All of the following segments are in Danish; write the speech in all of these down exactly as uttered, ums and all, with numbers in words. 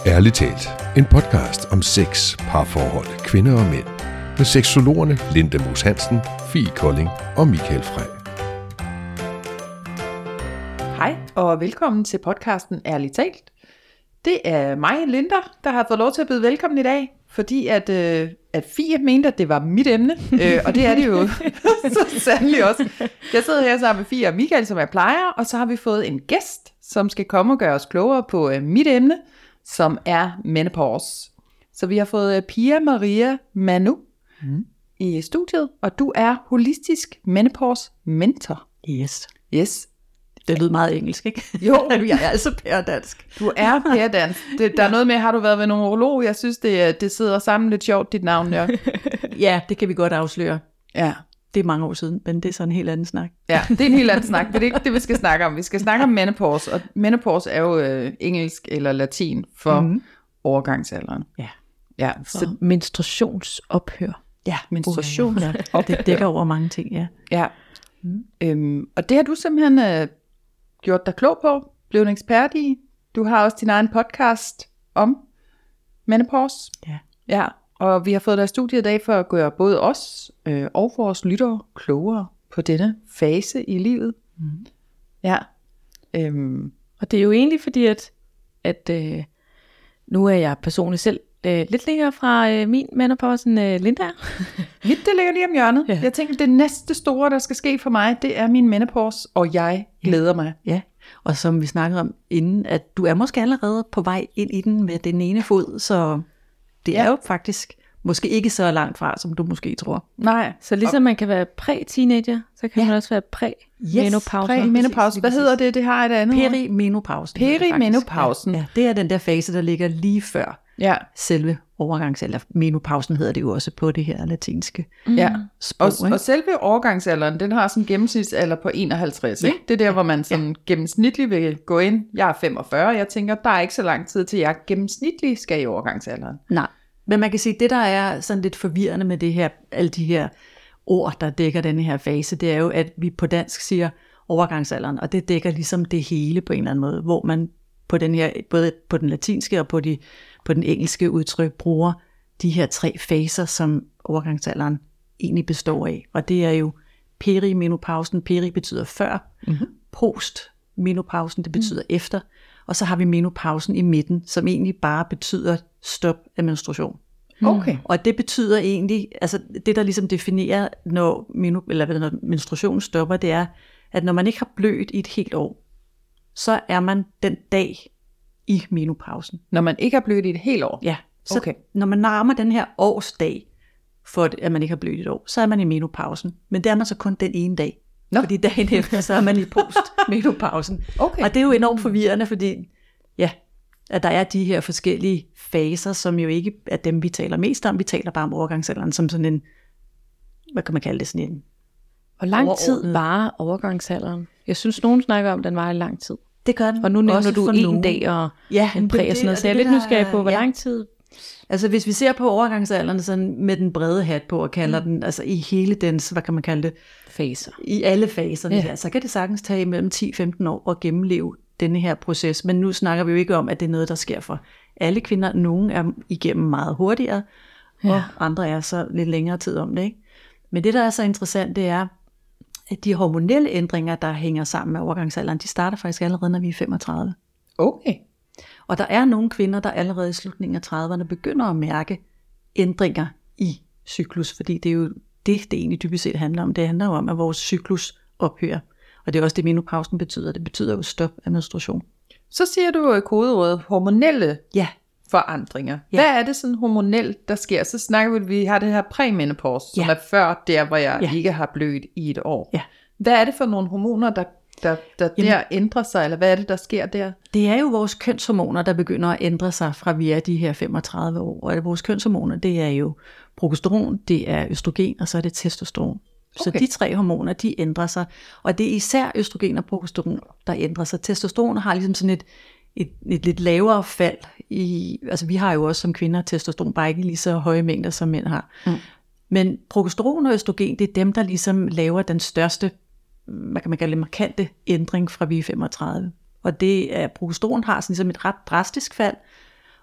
Ærligt talt, en podcast om sex, parforhold, kvinder og mænd. Med seksologerne Linda Moos Hansen, Fie Kolding og Michael Frey. Hej og velkommen til podcasten Ærligt talt. Det er mig, Linda, der har fået lov til at byde velkommen i dag, fordi at, øh, at Fie mente, at det var mit emne, øh, og det er det jo så sandelig også. Jeg sidder her sammen med Fie og Michael, som er plejer, og så har vi fået en gæst, som skal komme og gøre os klogere på øh, mit emne, som er menopause. Så vi har fået øh, Pia Maria Manu mm. i studiet, og du er holistisk menopause mentor. Yes. Yes. Det lyder meget engelsk, ikke? Jo. Jeg er altså pæredansk. Du er pæredansk. Det, der er noget med, har du været ved en urolog? Jeg synes, det, det sidder sammen lidt sjovt, dit navn der. Ja, det kan vi godt afsløre. Ja. Det er mange år siden, men det er sådan en helt anden snak. Ja, det er en helt anden snak. Det er ikke det, vi skal snakke om. Vi skal snakke om menopause, og menopause er jo øh, engelsk eller latin for mm. overgangsalderen. Ja. Ja, så, så menstruationsophør. Ja, menstruation. Ja. Det dækker over mange ting, ja. Ja. Mm. Øhm, og det har du simpelthen øh, gjort dig klog på, blevet en ekspert i. Du har også din egen podcast om menopause. Ja. Ja, og vi har fået dig i studiet i dag for at gøre både os øh, og vores lyttere klogere på denne fase i livet. Mm. Ja. Øhm. Og det er jo egentlig fordi, at, at øh, nu er jeg personligt selv øh, lidt længere fra øh, min menopause end øh, Linda er. Mit, det ligger lige om hjørnet. Ja. Jeg tænker, det næste store, der skal ske for mig, det er min menopause, og jeg glæder ja. mig. Ja, og som vi snakkede om inden, at du er måske allerede på vej ind i den med den ene fod, så det ja. er jo faktisk måske ikke så langt fra, som du måske tror. Nej. Så ligesom man kan være præ-teenager, så kan ja. man også være præ-menopause. Yes, præ-menopause. Hvad hedder det? Det har et andet ord. Perimenopausen. Perimenopausen. Ja. ja, det er den der fase, der ligger lige før ja. selve overgangs- eller menopausen hedder det jo også på det her latinske mm. ja. sprog. Og, og selve overgangsalderen, den har sådan en gennemsnitsalder på enoghalvtreds. Ja. Ikke? Det er der, hvor man sådan ja. gennemsnitligt vil gå ind. Jeg er femogfyrre, jeg tænker, der er ikke så lang tid til, jeg gennemsnitligt skal i overgangsalderen. Nej. Men man kan sige, at det der er sådan lidt forvirrende med det her, alle de her ord, der dækker denne her fase, det er jo, at vi på dansk siger overgangsalderen, og det dækker ligesom det hele på en eller anden måde, hvor man på den her, både på den latinske og på, de, på den engelske udtryk, bruger de her tre faser, som overgangsalderen egentlig består af. Og det er jo perimenopausen, peri betyder før, mm-hmm. postmenopausen, det betyder mm. efter, og så har vi menopausen i midten, som egentlig bare betyder stop af menstruation. Okay. Og det betyder egentlig, altså det der ligesom definerer, når, menop- eller når menstruationen stopper, det er, at når man ikke har blødt i et helt år, så er man den dag i menopausen. Når man ikke har blødt i et helt år? Ja. Så okay. Når man nærmer den her årsdag, for at man ikke har blødt i et år, så er man i menopausen. Men det er man så kun den ene dag. Nå. Fordi dagen efter, så er man i post-menopausen. Okay. Og det er jo enormt forvirrende, fordi ja, at der er de her forskellige faser, som jo ikke er dem, vi taler mest om. Vi taler bare om overgangsalderen som sådan en, hvad kan man kalde det, sådan en... Hvor lang tid varer overgangsalderen? Jeg synes, nogen snakker om, at den varer i lang tid. Det gør den. Og nu nævner du en nogen. dag og ja, en præ og sådan noget, så jeg er lidt nysgerrig på, hvor ja. lang tid... Altså hvis vi ser på overgangsalderen sådan med den brede hat på og kalder mm. den, altså i hele dens, hvad kan man kalde det? Faser. I alle faserne ja. her, så kan det sagtens tage mellem ti til femten år at gennemleve denne her proces. Men nu snakker vi jo ikke om, at det er noget, der sker for alle kvinder. Nogle er igennem meget hurtigere, ja. og andre er så lidt længere tid om det, ikke? Men det, der er så interessant, det er, at de hormonelle ændringer, der hænger sammen med overgangsalderen, de starter faktisk allerede, når vi er femogtredive. Okay. Og der er nogle kvinder, der allerede i slutningen af trediverne begynder at mærke ændringer i cyklus, fordi det er jo det, det egentlig dybest set handler om. Det handler jo om, at vores cyklus ophører. Og det er også det, menopausen betyder. Det betyder jo stop af menstruation. Så siger du jo i kodeordet hormonelle ja. forandringer. Ja. Hvad er det sådan hormonelt, der sker? Så snakker vi, at vi har det her præmenopause, som ja. er før der, hvor jeg ja. ikke har blødt i et år. Ja. Hvad er det for nogle hormoner, der der, der, Jamen, der ændrer sig, eller hvad er det, der sker der? Det er jo vores kønshormoner, der begynder at ændre sig fra vi er de her femogtredive år. Og vores kønshormoner, det er jo progesteron, det er østrogen, og så er det testosteron. Så okay. de tre hormoner, de ændrer sig. Og det er især østrogen og progesteron, der ændrer sig. Testosteron har ligesom sådan et, et, et lidt lavere fald. I, altså vi har jo også som kvinder testosteron, bare ikke lige så høje mængder, som mænd har. Mm. Men progesteron og østrogen, det er dem, der ligesom laver den største, hvad kan man kalde det, markante ændring fra vi er femogtredive. Og det er, progesteron har sådan ligesom et ret drastisk fald,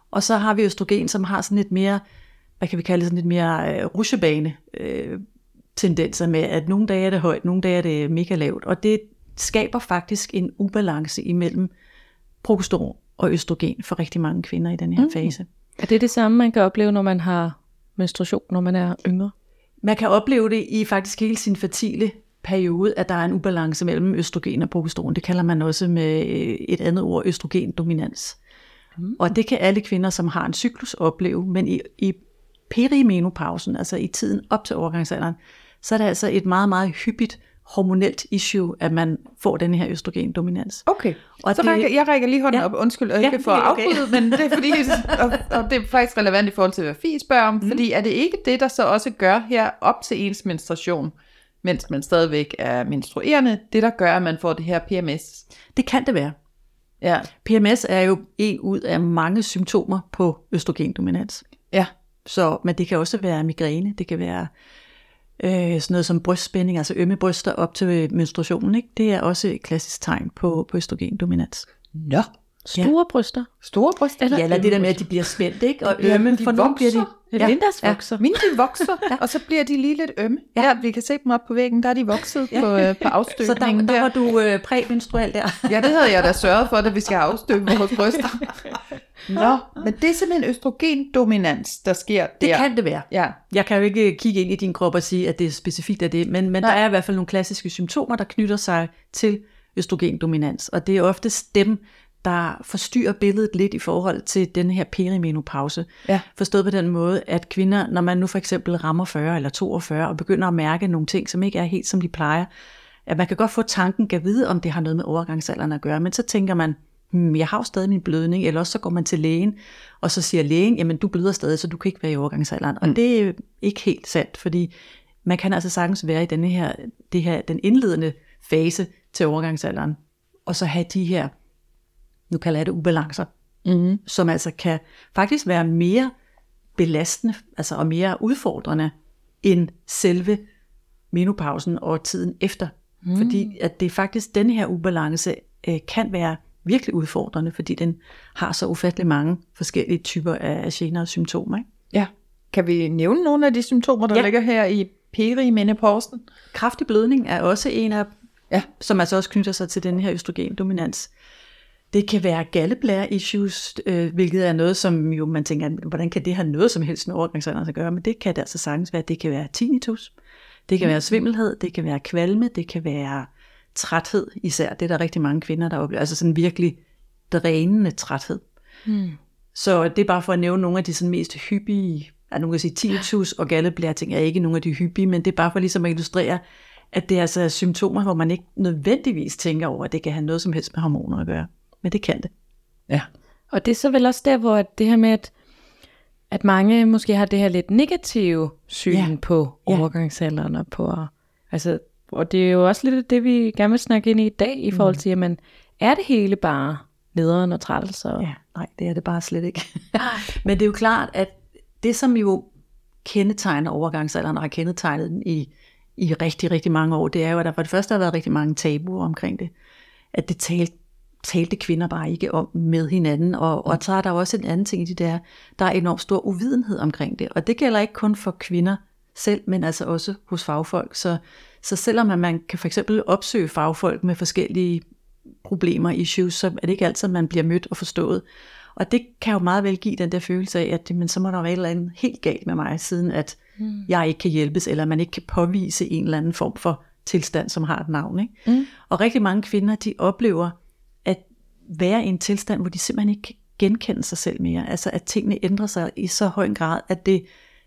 Og så har vi østrogen, som har sådan lidt mere, hvad kan vi kalde det, sådan lidt mere øh, rutsjebane øh, tendenser med, at nogle dage er det højt, nogle dage er det mega lavt. Og det skaber faktisk en ubalance imellem progesteron og østrogen for rigtig mange kvinder i den her mm. fase. Er det det samme, man kan opleve, når man har menstruation, når man er yngre? Man kan opleve det i faktisk hele sin fertile periode, at der er en ubalance mellem østrogen og progesteron. Det kalder man også med et andet ord, østrogendominans. Mm. Og det kan alle kvinder, som har en cyklus, opleve, men i, i perimenopausen, altså i tiden op til overgangsalderen, så er det altså et meget, meget hyppigt hormonelt issue, at man får den her østrogendominans. Okay, og så det, rækker, jeg rækker lige hånden ja. op, undskyld, og ikke ja, for at okay. afbryde, men det er fordi, og, og det er faktisk relevant i forhold til, hvad Fie spørger om, mm. fordi er det ikke det, der så også gør her op til ens menstruation, mens man stadigvæk er menstruerende, det der gør, at man får det her P M S? Det kan det være. Ja. P M S er jo en ud af mange symptomer på østrogendominans. Ja. Så, men det kan også være migræne, det kan være øh, sådan noget som brystspænding, altså ømme bryster op til menstruationen, ikke? Det er også et klassisk tegn på, på østrogendominans. Nå. Store ja. bryster. Store bryster? Ja, eller det der med, at de bliver spændt, ikke? Og ømme, de for nogle bliver de... Ja. Lindas vokser. Ja. Mine de vokser, ja. Og så bliver de lige lidt ømme. Ja. Ja, vi kan se dem op på væggen, der er de vokset ja. på, øh, på afstøbningen. Så der, der var du øh, præmenstruel der. Ja, det havde jeg da sørget for, at vi skal afstøbe vores bryster. Nå, men det er simpelthen østrogendominans, der sker der. Det kan det være. Ja. Jeg kan jo ikke kigge ind i din krop og sige, at det er specifikt af det, men, men der er i hvert fald nogle klassiske symptomer, der knytter sig til østrogendominans, og det er oftest dem, der forstyrrer billedet lidt i forhold til den her perimenopause. Ja. Forstået på den måde, at kvinder, når man nu for eksempel rammer fyrre eller toogfyrre, og begynder at mærke nogle ting, som ikke er helt som de plejer, at man kan godt få tanken, kan vide, om det har noget med overgangsalderen at gøre, men så tænker man, hmm, jeg har jo stadig min blødning, eller også så går man til lægen, og så siger lægen, jamen du bløder stadig, så du kan ikke være i overgangsalderen. Mm. Og det er ikke helt sandt, fordi man kan altså sagtens være i denne her, det her, den indledende fase til overgangsalderen, og så have de her, nu kalder jeg det ubalancer, mm. som altså kan faktisk være mere belastende, altså og mere udfordrende, end selve menopausen og tiden efter. Mm. Fordi at det faktisk, denne her ubalance øh, kan være virkelig udfordrende, fordi den har så ufattelig mange forskellige typer af gener og symptomer. Ikke? Ja. Kan vi nævne nogle af de symptomer, der ja. ligger her i perimenopausen? Kraftig blødning er også en af, ja. som altså også knytter sig til den her østrogendominans. Det kan være galleblære issues, øh, hvilket er noget, som jo man tænker, hvordan kan det have noget som helst med overgangsalderen at gøre, men det kan det altså sagtens være. Det kan være tinnitus, det kan mm. være svimmelhed, det kan være kvalme, det kan være træthed især. Det er der rigtig mange kvinder, der oplever, altså sådan virkelig drænende træthed. Mm. Så det er bare for at nævne nogle af de sådan mest hyppige, at nogen kan sige tinnitus og galleblære ting er ikke nogle af de hyppige, men det er bare for ligesom at illustrere, at det er altså symptomer, hvor man ikke nødvendigvis tænker over, at det kan have noget som helst med hormoner at gøre. Men det kan det. Ja. Og det er så vel også der, hvor det her med, at, at mange måske har det her lidt negative syn ja. på overgangsalderen og på, altså, og det er jo også lidt det, vi gerne vil snakke ind i i dag, i forhold til, jamen, er det hele bare nederen og trættelse? Ja, nej, det er det bare slet ikke. Men det er jo klart, at det som jo kendetegner overgangsalderen, og har kendetegnet den i, i rigtig, rigtig mange år, det er jo, at der for det første har været rigtig mange tabuer omkring det. At det talte talte kvinder bare ikke om med hinanden, og, og så er der også en anden ting i det der, der er enormt stor uvidenhed omkring det, og det gælder ikke kun for kvinder selv, men altså også hos fagfolk, så, så selvom man kan for eksempel opsøge fagfolk med forskellige problemer, issues, så er det ikke altid, at man bliver mødt og forstået, og det kan jo meget vel give den der følelse af, at men så må der være et eller andet helt galt med mig, siden at mm. jeg ikke kan hjælpes, eller man ikke kan påvise en eller anden form for tilstand, som har et navn, ikke? Mm. Og rigtig mange kvinder, de oplever være i en tilstand, hvor de simpelthen ikke kan genkende sig selv mere. Altså at tingene ændrer sig i så høj en grad, at det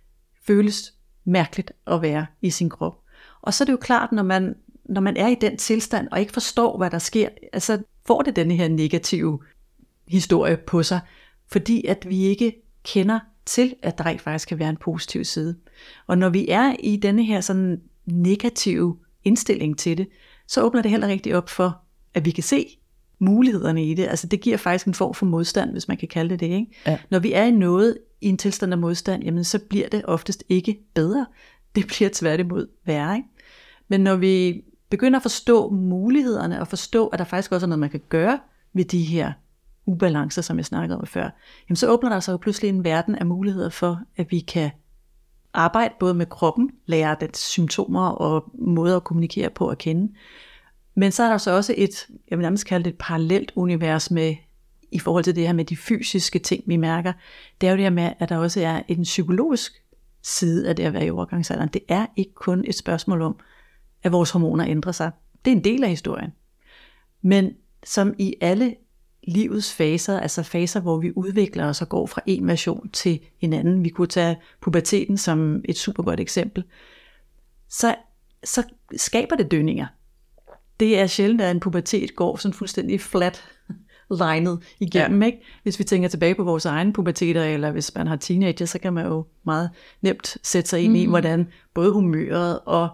føles mærkeligt at være i sin krop. Og så er det jo klart, når man, når man er i den tilstand, og ikke forstår, hvad der sker, altså får det denne her negative historie på sig, fordi at vi ikke kender til, at der rent faktisk kan være en positiv side. Og når vi er i denne her sådan negative indstilling til det, så åbner det heller rigtig op for, at vi kan se mulighederne i det. Altså det giver faktisk en form for modstand, hvis man kan kalde det det, ikke? Ja. Når vi er i noget, i en tilstand af modstand, jamen så bliver det oftest ikke bedre. Det bliver tværtimod værre, ikke? Men når vi begynder at forstå mulighederne, og forstå, at der faktisk også er noget, man kan gøre ved de her ubalancer, som jeg snakkede om før, jamen så åbner der sig jo pludselig en verden af muligheder for, at vi kan arbejde både med kroppen, lære dets symptomer og måder at kommunikere på at kende. Men så er der så også et, jeg vil nærmest kalde det et parallelt univers med, i forhold til det her med de fysiske ting, vi mærker. Det er jo det her med, at der også er en psykologisk side af det at være i overgangsalderen. Det er ikke kun et spørgsmål om, at vores hormoner ændrer sig. Det er en del af historien. Men som i alle livets faser, altså faser, hvor vi udvikler os og går fra en version til en anden. Vi kunne tage puberteten som et super godt eksempel. Så, så skaber det dønninger. Det er sjældent, at en pubertet går sådan fuldstændig flat linet igennem. Ja. Ikke? Hvis vi tænker tilbage på vores egne puberteter, eller hvis man har teenager, så kan man jo meget nemt sætte sig ind mm. i, hvordan både humøret og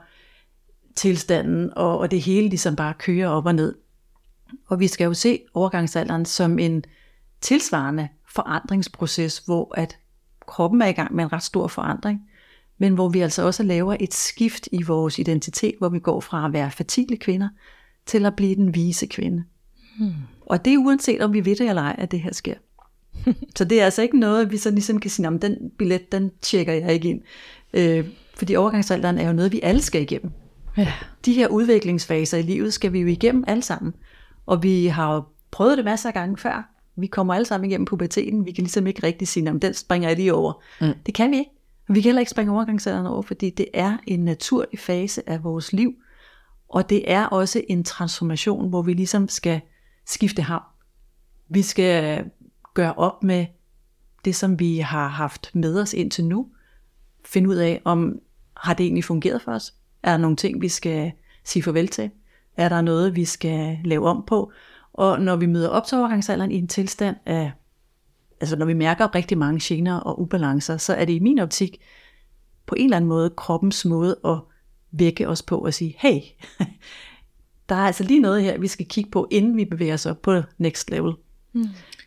tilstanden og, og det hele ligesom bare kører op og ned. Og vi skal jo se overgangsalderen som en tilsvarende forandringsproces, hvor at kroppen er i gang med en ret stor forandring, men hvor vi altså også laver et skift i vores identitet, hvor vi går fra at være fertile kvinder til at blive den vise kvinde. Hmm. Og det er uanset om vi ved det eller ej, at det her sker. Så det er altså ikke noget, vi så ligesom kan sige, at den billet, den tjekker jeg ikke ind. Øh, fordi overgangsalderen er jo noget, vi alle skal igennem. Ja. De her udviklingsfaser i livet skal vi jo igennem alle sammen. Og vi har jo prøvet det masser af gange før. Vi kommer alle sammen igennem puberteten. Vi kan ligesom ikke rigtig sige, at den springer jeg lige over. Mm. Det kan vi ikke. Vi kan heller ikke springe overgangsalderen over, fordi det er en naturlig fase af vores liv. Og det er også en transformation, hvor vi ligesom skal skifte havn. Vi skal gøre op med det, som vi har haft med os indtil nu. Finde ud af, om har det egentlig fungeret for os? Er der nogle ting, vi skal sige farvel til? Er der noget, vi skal lave om på? Og når vi møder op til overgangsalderen i en tilstand af, altså når vi mærker rigtig mange gener og ubalancer, så er det i min optik på en eller anden måde kroppens måde at vække os på og sige, hey, der er altså lige noget her, vi skal kigge på, inden vi bevæger os op på next level. Hmm.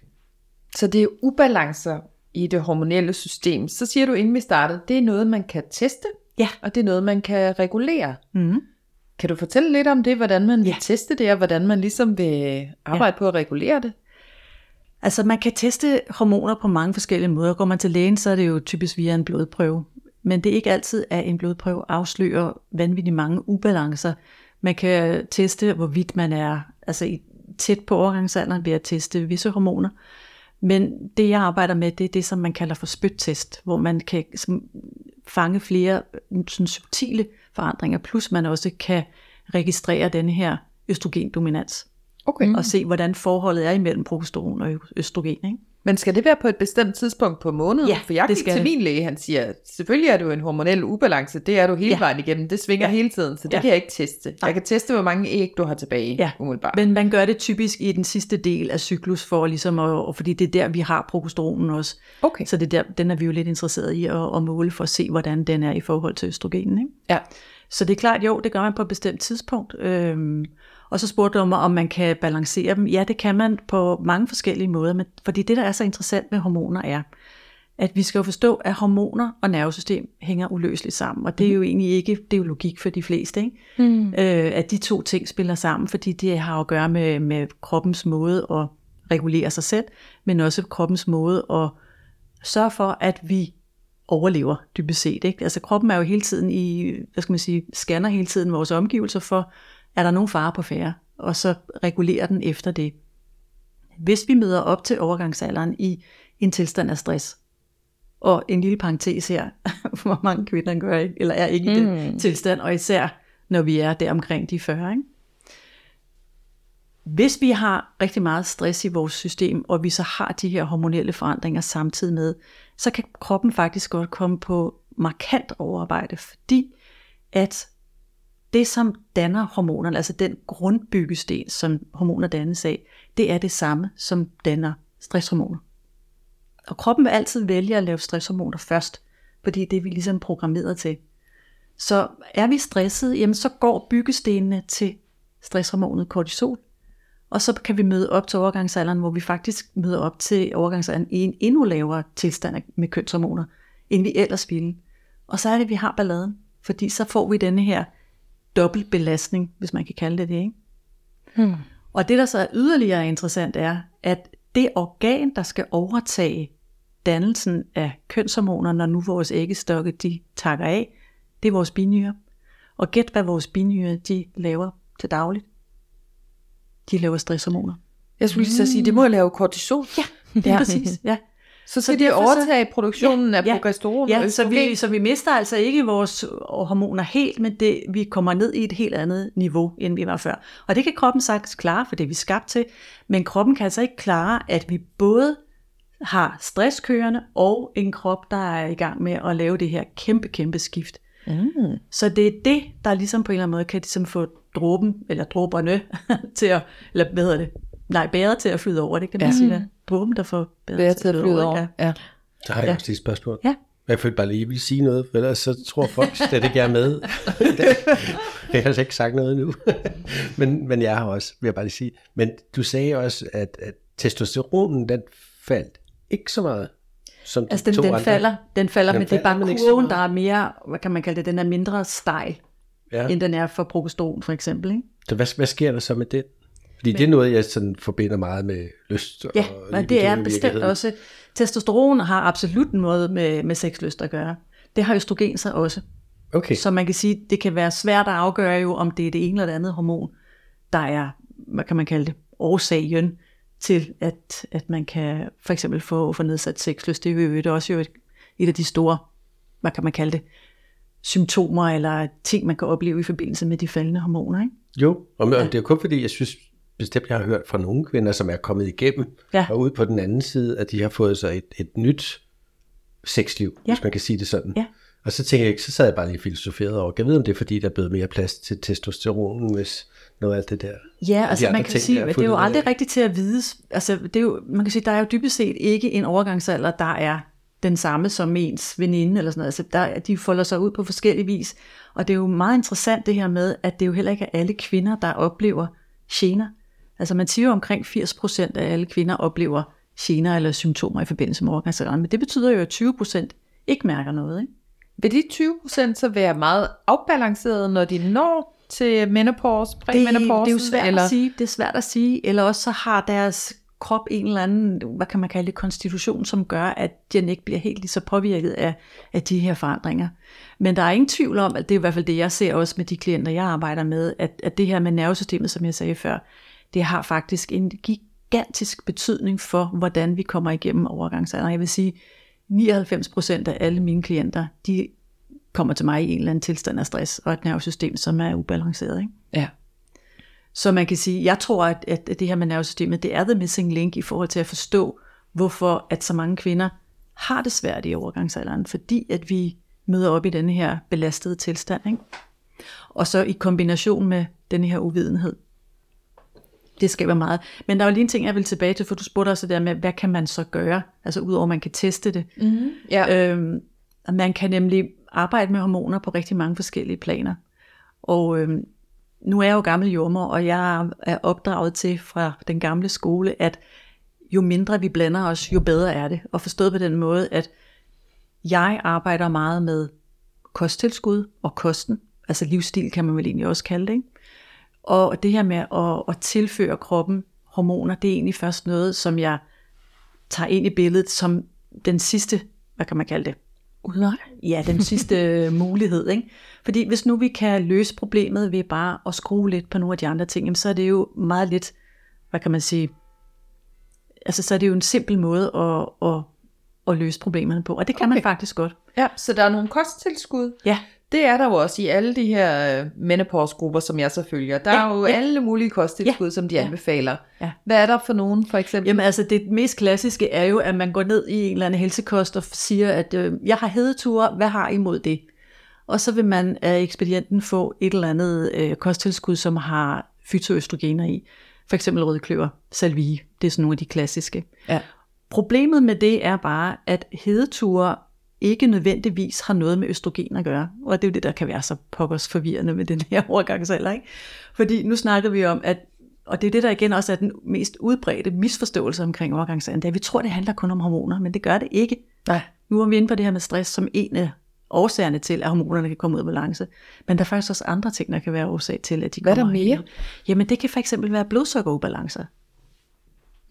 Så det er ubalancer i det hormonelle system. Så siger du, inden vi startede, det er noget, man kan teste, ja. Og det er noget, man kan regulere. Mm. Kan du fortælle lidt om det, hvordan man vil ja. teste det, og hvordan man ligesom vil arbejde ja. på at regulere det? Altså man kan teste hormoner på mange forskellige måder. Går man til lægen, så er det jo typisk via en blodprøve. Men det er ikke altid, at en blodprøve afslører vanvittigt mange ubalancer. Man kan teste, hvorvidt man er altså tæt på overgangsalderen ved at teste visse hormoner. Men det jeg arbejder med, det er det, som man kalder for spyttest, hvor man kan fange flere sådan subtile forandringer, plus man også kan registrere denne her østrogendominans. Okay. Og se, hvordan forholdet er imellem progesteron og østrogen. Ikke? Men skal det være på et bestemt tidspunkt på måneden? Ja, for jeg gik til det. min læge, han siger, selvfølgelig er du en hormonel ubalance, det er du hele ja. vejen igennem, det svinger ja. hele tiden, så det ja. kan jeg ikke teste. Nej. Jeg kan teste, hvor mange æg du har tilbage, ja. umiddelbart. Men man gør det typisk i den sidste del af cyklus, for ligesom at, fordi det er der, vi har progesteronen også. Okay. Så det er der, den er vi jo lidt interesseret i at, at måle, for at se, hvordan den er i forhold til østrogenen. Ikke? Ja. Så det er klart, jo, det gør man på et bestemt tidspunkt. Øhm, Og så spurgte du mig, om man kan balancere dem. Ja, det kan man på mange forskellige måder, men fordi det, der er så interessant med hormoner, er, at vi skal jo forstå, at hormoner og nervesystem hænger uløseligt sammen. Og det er jo egentlig ikke, det er jo logik for de fleste, ikke? Mm. Øh, at de to ting spiller sammen, fordi det har at gøre med, med kroppens måde at regulere sig selv, men også kroppens måde at sørge for, at vi overlever, dybest set. Ikke? Altså kroppen er jo hele tiden i, hvad skal man sige, scanner hele tiden vores omgivelser for, er der nogen fare på færde, og så regulerer den efter det. Hvis vi møder op til overgangsalderen i en tilstand af stress, og en lille parentes her, hvor mange kvinder gør ikke, eller er ikke i mm. den tilstand, og især når vi er der omkring de fyrre. Ikke? Hvis vi har rigtig meget stress i vores system, og vi så har de her hormonelle forandringer samtidig med, så kan kroppen faktisk godt komme på markant overarbejde, fordi at det, som danner hormonerne, altså den grundbyggesten, som hormoner dannes af, det er det samme, som danner stresshormoner. Og kroppen vil altid vælge at lave stresshormoner først, fordi det er vi ligesom programmeret til. Så er vi stresset, jamen så går byggestenene til stresshormonet kortisol, og så kan vi møde op til overgangsalderen, hvor vi faktisk møder op til overgangsalderen i en endnu lavere tilstand med kønshormoner, end vi ellers ville. Og så er det, vi har balladen, fordi så får vi denne her dobbelt belastning, hvis man kan kalde det det, ikke? Hmm. Og det, der så er yderligere interessant, er, at det organ, der skal overtage dannelsen af kønshormoner, når nu vores æggestokke, de takker af, det er vores binyre. Og gæt, hvad vores binyre, de laver til dagligt. De laver stresshormoner. Jeg skulle lige så sige, det må lave kortisol. Ja, det er ja. præcis. Ja. Så skal så de overtage så, produktionen ja, af progesteron. Ja, så vi, så vi mister altså ikke vores hormoner helt, men det, vi kommer ned i et helt andet niveau, end vi var før. Og det kan kroppen sagtens klare, for det er vi skabt til, men kroppen kan altså ikke klare, at vi både har stresskørende og en krop, der er i gang med at lave det her kæmpe, kæmpe skift. Mm. Så det er det, der ligesom på en eller anden måde kan ligesom få dråben, eller dråberne til at, eller hvad hedder det, nej, bæret til at flyde over, det kan man ja. sige, at dråben, der får bæret til at flyde over. over. Ja. Ja. Så har jeg ja. også et spørgsmål. Ja. Jeg følte bare lige, at jeg ville sige noget, for ellers så tror folk slet ikke, jeg er med. Jeg har altså ikke sagt noget nu. men, men jeg har også, vil jeg bare lige sige. Men du sagde også, at, at testosteronen, den faldt ikke så meget. Som altså den, den falder, den falder, den men falder, det er bare kurven, der er mere, hvad kan man kalde det, den er mindre stejl, ja. end den er for progesteron for eksempel. Ikke? Så hvad, hvad sker der så med det? Fordi men, det er noget, jeg sådan forbinder meget med lyst. Ja, og, og det er bestemt også. Testosteron har absolut noget med, med sexlyst at gøre. Det har østrogen så også. Okay. Så man kan sige, det kan være svært at afgøre jo, om det er det ene eller det andet hormon, der er, hvad kan man kalde det, årsagen til, at, at man kan for eksempel få, få nedsat sexlyst. Det er jo det er også jo et, et af de store, hvad kan man kalde det, symptomer eller ting, man kan opleve i forbindelse med de faldende hormoner. Ikke? Jo, og ja. det er jo kun fordi, jeg synes bestemt, jeg har hørt fra nogle kvinder, som er kommet igennem, ja. og ude på den anden side, at de har fået sig et, et nyt sexliv, ja. hvis man kan sige det sådan. Ja. Og så tænker jeg, så sad jeg bare lige filosoferet over, jeg ved om det er fordi, der er blevet mere plads til testosteronen, hvis noget af det der. Ja, altså man kan sige, at det er jo aldrig rigtigt til at vide, altså det er jo, man kan sige, der er jo dybest set ikke en overgangsalder, der er den samme som ens veninde eller sådan noget, altså der, de folder sig ud på forskellige vis, og det er jo meget interessant det her med, at det jo heller ikke er alle kvinder, der oplever gener. Altså man siger jo omkring firs procent af alle kvinder oplever gener eller symptomer i forbindelse med overgangsalderen, men det betyder jo, at tyve procent ikke mærker noget, ikke? Vil de tyve procent så være meget afbalanceret, når de når til menopause, præmenopause? Det, det er jo svært eller? at sige, det er svært at sige, eller også så har deres krop en eller anden, hvad kan man kalde det, konstitution, som gør, at den ikke bliver helt lige så påvirket af, af de her forandringer. Men der er ingen tvivl om, at det er i hvert fald det, jeg ser også med de klienter, jeg arbejder med, at, at det her med nervesystemet, som jeg sagde før, det har faktisk en gigantisk betydning for, hvordan vi kommer igennem overgangsalderen. Jeg vil sige, nioghalvfems procent af alle mine klienter, de kommer til mig i en eller anden tilstand af stress, og et nervesystem, som er ubalanceret. Ikke? Ja. Så man kan sige, jeg tror, at, at det her med nervesystemet, det er the missing link i forhold til at forstå, hvorfor at så mange kvinder har det svært i overgangsalderen, fordi at vi møder op i denne her belastede tilstand. Ikke? Og så i kombination med denne her uvidenhed. Det skaber meget. Men der er jo lige en ting, jeg vil tilbage til, for du spurgte også der med, hvad kan man så gøre? Altså udover at man kan teste det. Mm-hmm. Ja. Øhm, man kan nemlig arbejde med hormoner på rigtig mange forskellige planer. Og øhm, nu er jeg jo gammel jordemoder, og jeg er opdraget til fra den gamle skole, at jo mindre vi blander os, jo bedre er det. Og forstået på den måde, at jeg arbejder meget med kosttilskud og kosten. Altså livsstil kan man vel egentlig også kalde det, ikke? Og det her med at, at tilføre kroppen hormoner, det er egentlig først noget, som jeg tager ind i billedet som den sidste, hvad kan man kalde det? Udvej. Ja, den sidste mulighed. Ikke? Fordi hvis nu vi kan løse problemet ved bare at skrue lidt på nogle af de andre ting, så er det jo meget lidt, hvad kan man sige, altså så er det jo en simpel måde at, at, at løse problemerne på. Og det kan okay. man faktisk godt. Ja, så der er nogle kosttilskud. Ja. Det er der jo også i alle de her menopause-grupper, som jeg så følger. Der ja, er jo ja. alle mulige kosttilskud, ja, som de anbefaler. Ja. Hvad er der for nogen, for eksempel? Jamen altså, det mest klassiske er jo, at man går ned i en eller anden helsekost og siger, at øh, jeg har hedeture, hvad har I imod det? Og så vil man af ekspedienten få et eller andet øh, kosttilskud, som har fytoøstrogener i. For eksempel rødkløver, salvie, det er sådan nogle af de klassiske. Ja. Problemet med det er bare, at hedeture ikke nødvendigvis har noget med østrogen at gøre. Og det er jo det, der kan være så pokkers forvirrende med den her overgangsalder, ikke? Fordi nu snakker vi om, at, og det er det, der igen også er den mest udbredte misforståelse omkring overgangsalderen, det er, at vi tror, det handler kun om hormoner, men det gør det ikke. Nej. Nu er vi inde på det her med stress som en af årsagerne til, at hormonerne kan komme ud af balance. Men der er faktisk også andre ting, der kan være årsag til, at de Hvad kommer. Hvad er der mere? Jamen det kan for eksempel være blodsukkerubalancer.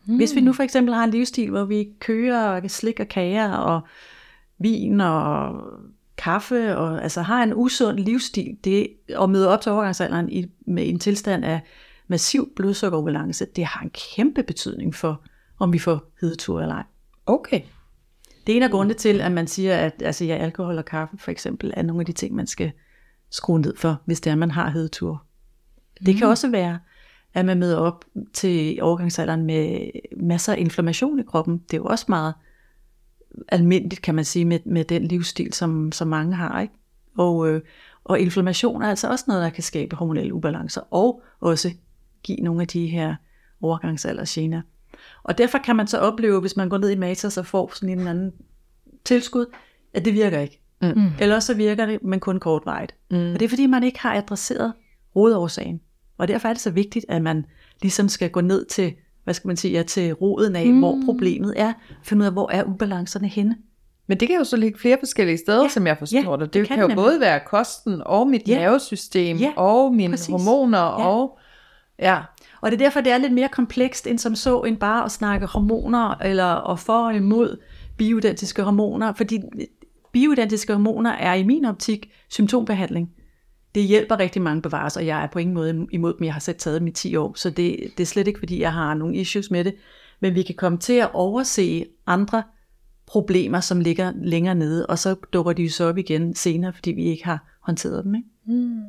Hmm. Hvis vi nu for eksempel har en livsstil, hvor vi kører slik og kager og vin og kaffe, og altså har en usund livsstil, det, og møder op til overgangsalderen i, med en tilstand af massiv blodsukkerubalance, det har en kæmpe betydning for, om vi får hedetur eller ej. Okay. Det er en af grundene til, at man siger, at altså, ja, alkohol og kaffe for eksempel er nogle af de ting, man skal skrue ned for, hvis det er, man har hedetur. Det kan også være, at man møder op til overgangsalderen med masser af inflammation i kroppen. Det er jo også meget almindeligt, kan man sige, med, med den livsstil, som, som mange har. Ikke? Og, øh, og inflammation er altså også noget, der kan skabe hormonelle ubalancer, og også give nogle af de her overgangsaldersgener. Og derfor kan man så opleve, hvis man går ned i Matas og får sådan en eller anden tilskud, at det virker ikke. Mm. Eller også så virker det, men kun kortvarigt. Mm. Og det er fordi, man ikke har adresseret rodårsagen. Og derfor er det så vigtigt, at man ligesom skal gå ned til, hvad skal man sige, ja, til roden af, mm. hvor problemet er, finde ud af, hvor er ubalancerne henne. Men det kan jo så ligge flere forskellige steder, ja. som jeg forstår ja, det. Det, det kan, kan jo nemlig. både være kosten, og mit ja. nervesystem, ja. og mine Præcis. hormoner, ja. og ja. Og det er derfor, det er lidt mere komplekst, end som så, end bare at snakke hormoner, eller og for og imod bioidentiske hormoner, fordi bioidentiske hormoner er i min optik symptombehandling. Det hjælper rigtig mange bevares, og jeg er på ingen måde imod dem. Jeg har selv taget dem i ti år, så det, det er slet ikke, fordi jeg har nogle issues med det. Men vi kan komme til at overse andre problemer, som ligger længere nede, og så dukker de så op igen senere, fordi vi ikke har håndteret dem. Ikke? Mm.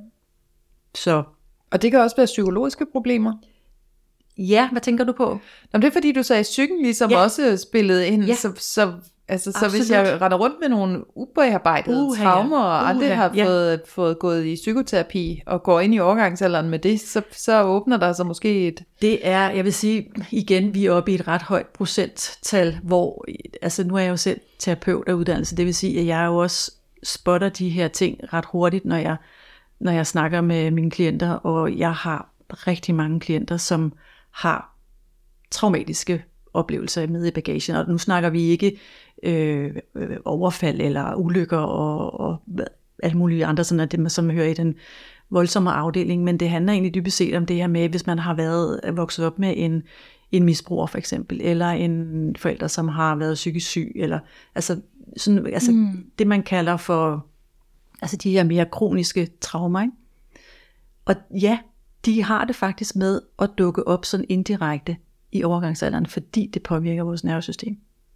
Så. Og det kan også være psykologiske problemer. Ja, hvad tænker du på? Nå, det er fordi, du sagde, at psyken ligesom ja. også spillede ind, ja. så... så Altså, så hvis jeg render rundt med nogle ubearbejdede uh, traumer, og uh, aldrig har ja. fået, fået gået i psykoterapi, og går ind i overgangsalderen med det, så, så åbner der sig måske et... Det er, jeg vil sige, igen, vi er oppe i et ret højt procenttal, hvor, altså nu er jeg jo selv terapeut af uddannelse, det vil sige, at jeg jo også spotter de her ting ret hurtigt, når jeg, når jeg snakker med mine klienter, og jeg har rigtig mange klienter, som har traumatiske oplevelser med i bagagen, og nu snakker vi ikke øh, overfald eller ulykker og, og alle mulige andre, sådan at det, som hører i den voldsomme afdeling, men det handler egentlig dybest set om det her med, hvis man har været vokset op med en, en misbruger for eksempel, eller en forælder, som har været psykisk syg, eller altså, sådan, altså mm. det man kalder for altså de her mere kroniske traumer, ikke? Og ja, de har det faktisk med at dukke op sådan indirekte i overgangsalderen, fordi det påvirker vores nervesystem.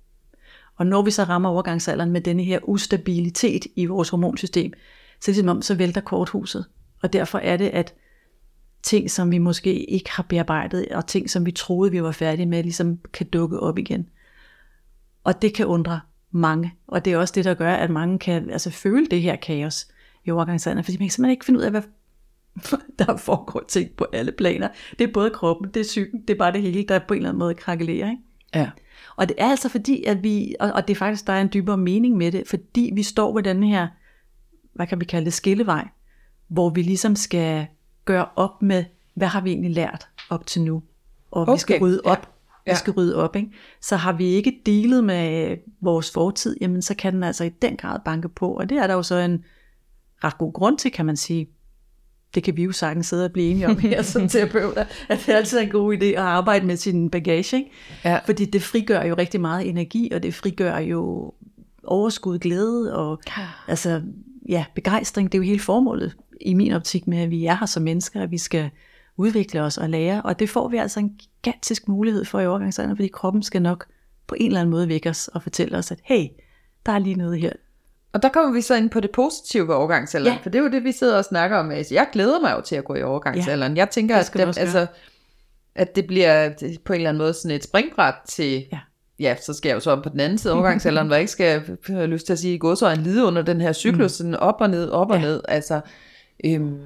Og når vi så rammer overgangsalderen med denne her ustabilitet i vores hormonsystem, så er det som om, så vælter korthuset. Og derfor er det, at ting, som vi måske ikke har bearbejdet, og ting, som vi troede, vi var færdige med, ligesom kan dukke op igen. Og det kan undre mange. Og det er også det, der gør, at mange kan altså, føle det her kaos i overgangsalderen, fordi man kan simpelthen ikke finde ud af, hvad der foregår ting på alle planer. Det er både kroppen, det er psyken, det er bare det hele, der på en eller anden måde krakelerer, ikke? Ja. Og det er altså fordi, at vi, og, og det er faktisk, der er en dybere mening med det, fordi vi står ved den her, hvad kan vi kalde det, skillevej, hvor vi ligesom skal gøre op med, hvad har vi egentlig lært op til nu? Og okay. vi skal rydde op. Ja. Vi skal rydde op, ikke? Så har vi ikke dealet med vores fortid, jamen så kan den altså i den grad banke på, og det er der jo så en ret god grund til, kan man sige. Det kan vi jo sagtens sidde og blive enige om her som terapeuter, at det er altid en god idé at arbejde med sin bagage, ikke? Ja. Fordi det frigør jo rigtig meget energi, og det frigør jo overskud, glæde og altså, ja, begejstring. Det er jo hele formålet i min optik med, at vi er her som mennesker, at vi skal udvikle os og lære, og det får vi altså en gigantisk mulighed for i overgangsalderen, fordi kroppen skal nok på en eller anden måde vække os og fortælle os, at hey, der er lige noget her. Og der kommer vi så ind på det positive ved overgangsalderen, ja. For det er jo det, vi sidder og snakker om. Altså, jeg glæder mig jo til at gå i overgangsalderen. Ja, jeg tænker, at det, altså, at det bliver på en eller anden måde sådan et springbræt til, ja, ja så skal jeg jo så om på den anden side af overgangsalderen, hvor jeg ikke skal have lyst til at sige, at gåsøjne lide under den her cyklus, sådan op og ned, op og ja. ned. Altså, øhm,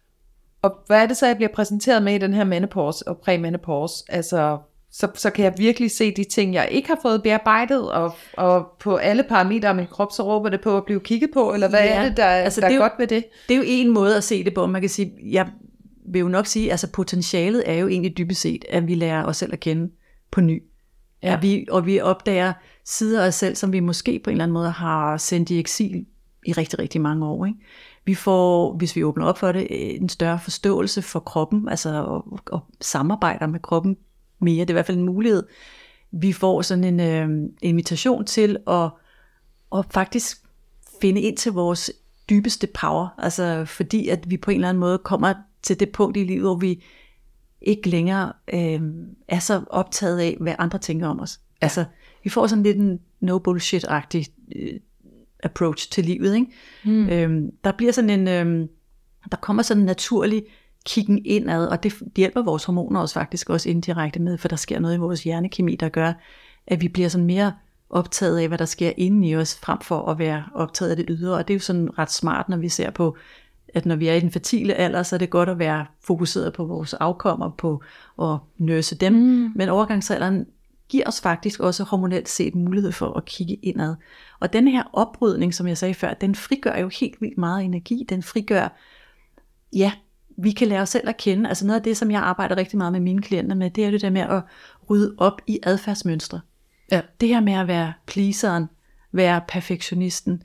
og hvad er det så, jeg bliver præsenteret med i den her menopause og præmenopause? Altså, Så, så kan jeg virkelig se de ting, jeg ikke har fået bearbejdet, og, og på alle parametre af min krop, så råber det på at blive kigget på, eller hvad ja, er det, der, altså der det er, er godt ved det? Det er jo en måde at se det på. Man kan sige, jeg vil jo nok sige, altså potentialet er jo egentlig dybest set, at vi lærer os selv at kende på ny. Ja. At vi, og vi opdager sider af os selv, som vi måske på en eller anden måde har sendt i eksil i rigtig, rigtig mange år, ikke? Vi får, hvis vi åbner op for det, en større forståelse for kroppen, altså og, og samarbejder med kroppen mere. Det er i hvert fald en mulighed. Vi får sådan en øh, invitation til at, at faktisk finde ind til vores dybeste power, altså fordi at vi på en eller anden måde kommer til det punkt i livet, hvor vi ikke længere øh, er så optaget af, hvad andre tænker om os. Ja. Altså, vi får sådan lidt en no bullshit-agtig øh, approach til livet, ikke? Mm. Øhm, der bliver sådan en, øh, der kommer sådan en naturlig kiggen indad, og det hjælper vores hormoner også faktisk også indirekte med, for der sker noget i vores hjernekemi, der gør, at vi bliver sådan mere optaget af, hvad der sker inde i os, frem for at være optaget af det ydre, og det er jo sådan ret smart, når vi ser på, at når vi er i den fertile alder, så er det godt at være fokuseret på vores afkommer, på at nurse dem, mm. men overgangsalderen giver os faktisk også hormonelt set mulighed for at kigge indad. Og den her oprydning, som jeg sagde før, den frigør jo helt vildt meget energi, den frigør, ja, vi kan lære os selv at kende, altså noget af det, som jeg arbejder rigtig meget med mine klienter med, det er det der med at rydde op i adfærdsmønstre. Ja. Det her med at være pleaseren, være perfektionisten,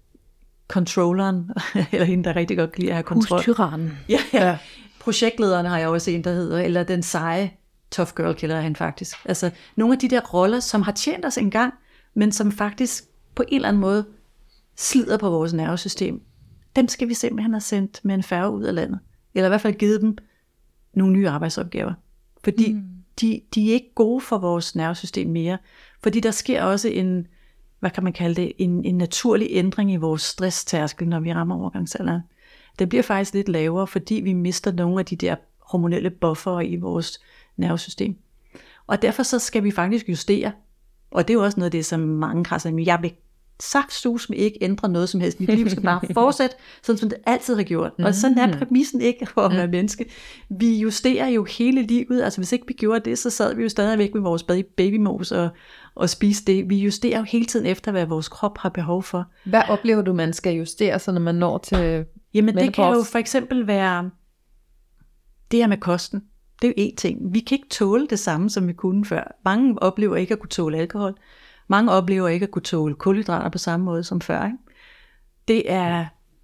controlleren, eller hende, der rigtig godt kan lide at have kontrol. Hustyranen. Ja, ja. ja. Projektlederen har jeg også en, der hedder, eller den seje tough girl kalder han faktisk. Altså nogle af de der roller, som har tjent os engang, men som faktisk på en eller anden måde slider på vores nervesystem, dem skal vi simpelthen have sendt med en færge ud af landet. Eller i hvert fald givet dem nogle nye arbejdsopgaver. Fordi mm. de, de er ikke gode for vores nervesystem mere. Fordi der sker også en, hvad kan man kalde det, en, en naturlig ændring i vores stresstærskel, når vi rammer overgangsalderen. Det bliver faktisk lidt lavere, fordi vi mister nogle af de der hormonelle buffer i vores nervesystem. Og derfor så skal vi faktisk justere. Og det er jo også noget af det, som mange har sagt, jeg vil saftsus med ikke ændre noget som helst. Mit liv skal bare fortsætte, sådan som det altid har gjort. Og sådan er præmissen ikke for at være menneske. Vi justerer jo hele livet. Altså hvis ikke vi gjorde det, så sad vi jo stadigvæk med vores babymos og, og spiste det. Vi justerer jo hele tiden efter, hvad vores krop har behov for. Hvad oplever du, man skal justere, så når man når til Jamen det kan jo for eksempel være det her med kosten. Det er jo én ting. Vi kan ikke tåle det samme, som vi kunne før. Mange oplever ikke at kunne tåle alkohol. Mange oplever ikke at kunne tåle kulhydrater på samme måde som før. Ikke? Det er,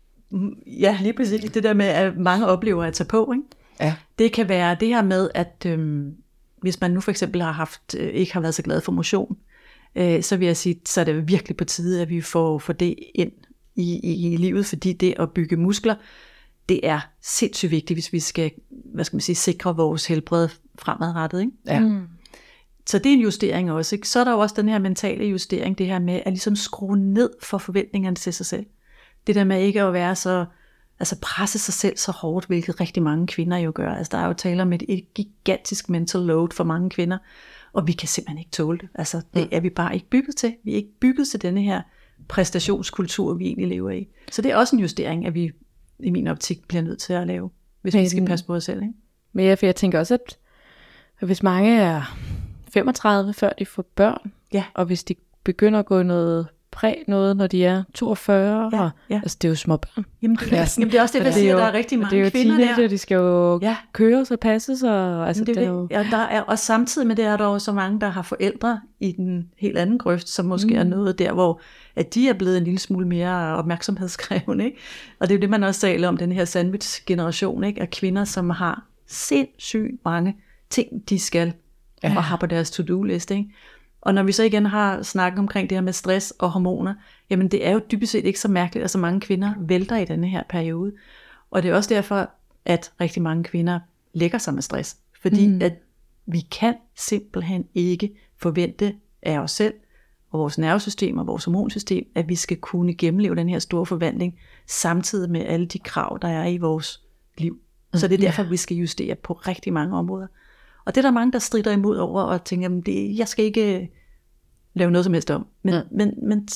ja, lige præcis det der med, at mange oplever at tage på. Ikke? Ja. Det kan være det her med, at øhm, hvis man nu for eksempel har haft, øh, ikke har været så glad for motion, øh, så vil jeg sige, så er det virkelig på tide, at vi får, får det ind i, i, i livet, fordi det at bygge muskler, det er sindssygt vigtigt, hvis vi skal, hvad skal man sige, sikre vores helbred fremadrettet. Ikke? Ja. Mm. Så det er en justering også. Ikke? Så er der jo også den her mentale justering, det her med at ligesom skrue ned for forventningerne til sig selv. Det der med ikke at være så, altså presse sig selv så hårdt, hvilket rigtig mange kvinder jo gør. Altså der er jo tale om et, et gigantisk mental load for mange kvinder, og vi kan simpelthen ikke tåle det. Altså det er vi bare ikke bygget til. Vi er ikke bygget til denne her præstationskultur, vi egentlig lever i. Så det er også en justering, at vi i min optik bliver nødt til at lave, hvis vi skal passe på os selv. Ikke? Men ja, for jeg tænker også, at hvis mange er femogtredive, før de får børn, ja. Og hvis de begynder at gå i noget præ noget, når de er toogfyrre, ja, ja. Altså det er jo små børn. Jamen det, ja. Jamen det er også det, der siger, der er rigtig mange kvinder der. Det er jo teenager, de skal jo ja. køres og passes. Og, altså, det, det er jo... ja, der er, og samtidig med det er der jo så mange, der har forældre i den helt anden grøft, som måske mm. er noget der, hvor at de er blevet en lille smule mere opmærksomhedskrævende. Ikke? Og det er jo det, man også taler om, den her sandwich-generation, ikke? Af kvinder, som har sindssygt mange ting, de skal ja. og har på deres to-do-liste. Ikke? Og når vi så igen har snakket omkring det her med stress og hormoner, jamen det er jo dybest set ikke så mærkeligt, at så mange kvinder vælter i denne her periode. Og det er også derfor, at rigtig mange kvinder lægger sig med stress. Fordi mm. at vi kan simpelthen ikke forvente af os selv, og vores nervesystem og vores hormonsystem, at vi skal kunne gennemleve den her store forvandling, samtidig med alle de krav, der er i vores liv. Så det er derfor, ja. vi skal justere på rigtig mange områder. Og det er der mange, der strider imod over, og tænker, at det, jeg skal ikke lave noget som helst om. Men, ja. men, men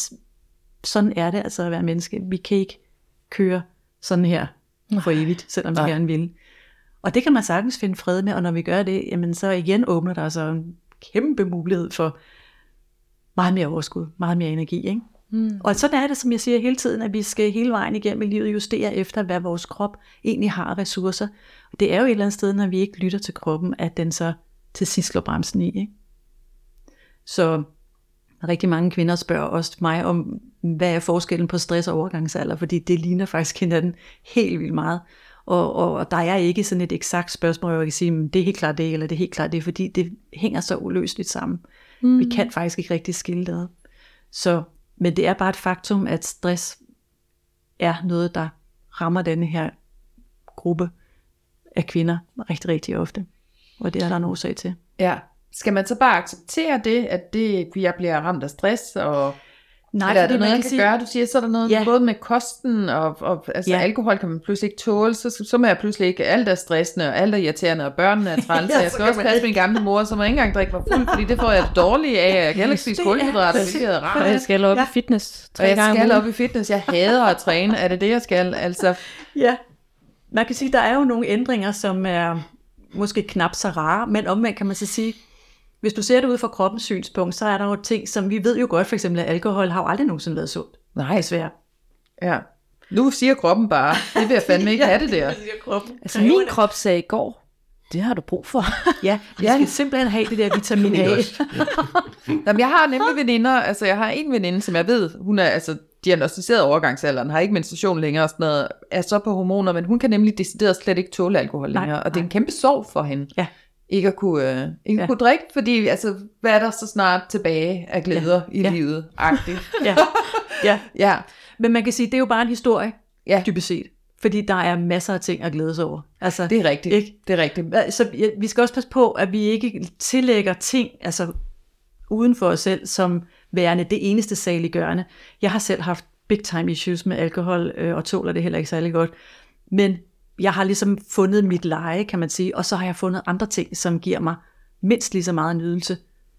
sådan er det altså at være menneske. Vi kan ikke køre sådan her for evigt, selvom vi gerne vil. Og det kan man sagtens finde fred med, og når vi gør det, jamen så igen åbner der så en kæmpe mulighed for meget mere overskud, meget mere energi. Ikke? Mm. Og sådan er det, som jeg siger hele tiden, at vi skal hele vejen igennem i livet justere efter, hvad vores krop egentlig har af ressourcer. Og det er jo et eller andet sted, når vi ikke lytter til kroppen, at den så til sidst slår bremsen i. Ikke? Så rigtig mange kvinder spørger også mig om, hvad er forskellen på stress og overgangsalder, fordi det ligner faktisk hinanden helt vildt meget. Og, og, og der er ikke sådan et eksakt spørgsmål, hvor jeg kan sige, det er helt klart det, eller det er helt klart det, fordi det hænger så uløseligt sammen. Mm. Vi kan faktisk ikke rigtig skille det ad. Så, men det er bare et faktum, at stress er noget, der rammer denne her gruppe af kvinder rigtig, rigtig ofte. Og det er der en årsag til. Ja. Skal man så bare acceptere det, at det, jeg bliver ramt af stress, og nej, eller er der noget, man jeg kan kan sige, gøre? Du siger, så er der noget ja. både med kosten, og, og altså ja. alkohol kan man pludselig ikke tåle, så, så må jeg pludselig ikke, alt er stressende, og alt er irriterende, og børnene er træls, ja, jeg skal også passe min gamle mor, så må jeg ikke engang drikke mig fuld, fordi det får jeg det dårlige af, jeg kan heller ikke spise kulhydrater, det er rart. Og jeg skal op ja. i fitness tre og jeg gange skal op i fitness, jeg hader at træne, er det det, jeg skal? Altså. Ja, man kan sige, der er jo nogle ændringer, som er måske knap så rare, men omvendt kan man så sige, hvis du ser det ud fra kroppens synspunkt, så er der jo ting, som vi ved jo godt, for eksempel at alkohol har jo aldrig nogensinde været sundt. Nej, svært. Ja. Nu siger kroppen bare, det vil jeg fandme ikke have det der. Altså min krop sagde i går, det har du brug for. Ja, vi skal ja. simpelthen have det der vitamin A. Jamen, jeg har nemlig veninder, altså jeg har en veninde, som jeg ved, hun er altså diagnosticeret overgangsalderen, har ikke menstruation længere og sådan noget, er så på hormoner, men hun kan nemlig decideret slet ikke tåle alkohol længere, nej, og det er en kæmpe sorg for hende. Ja. Ikke at kunne, øh, ikke ja. kunne drikke, fordi altså, hvad er der så snart tilbage af glæder ja. i ja. livet? Agtigt. ja. Ja. ja. Men man kan sige, det er jo bare en historie, ja. dybest set. Fordi der er masser af ting at glæde sig over. Altså, det er rigtigt. Ikke? Det er rigtigt. Så ja, vi skal også passe på, at vi ikke tillægger ting altså, uden for os selv, som værende det eneste saliggørende. Jeg har selv haft big time issues med alkohol, øh, og tåler det heller ikke særlig godt. Men jeg har ligesom fundet mit leje, kan man sige, og så har jeg fundet andre ting, som giver mig mindst lige så meget nydelse,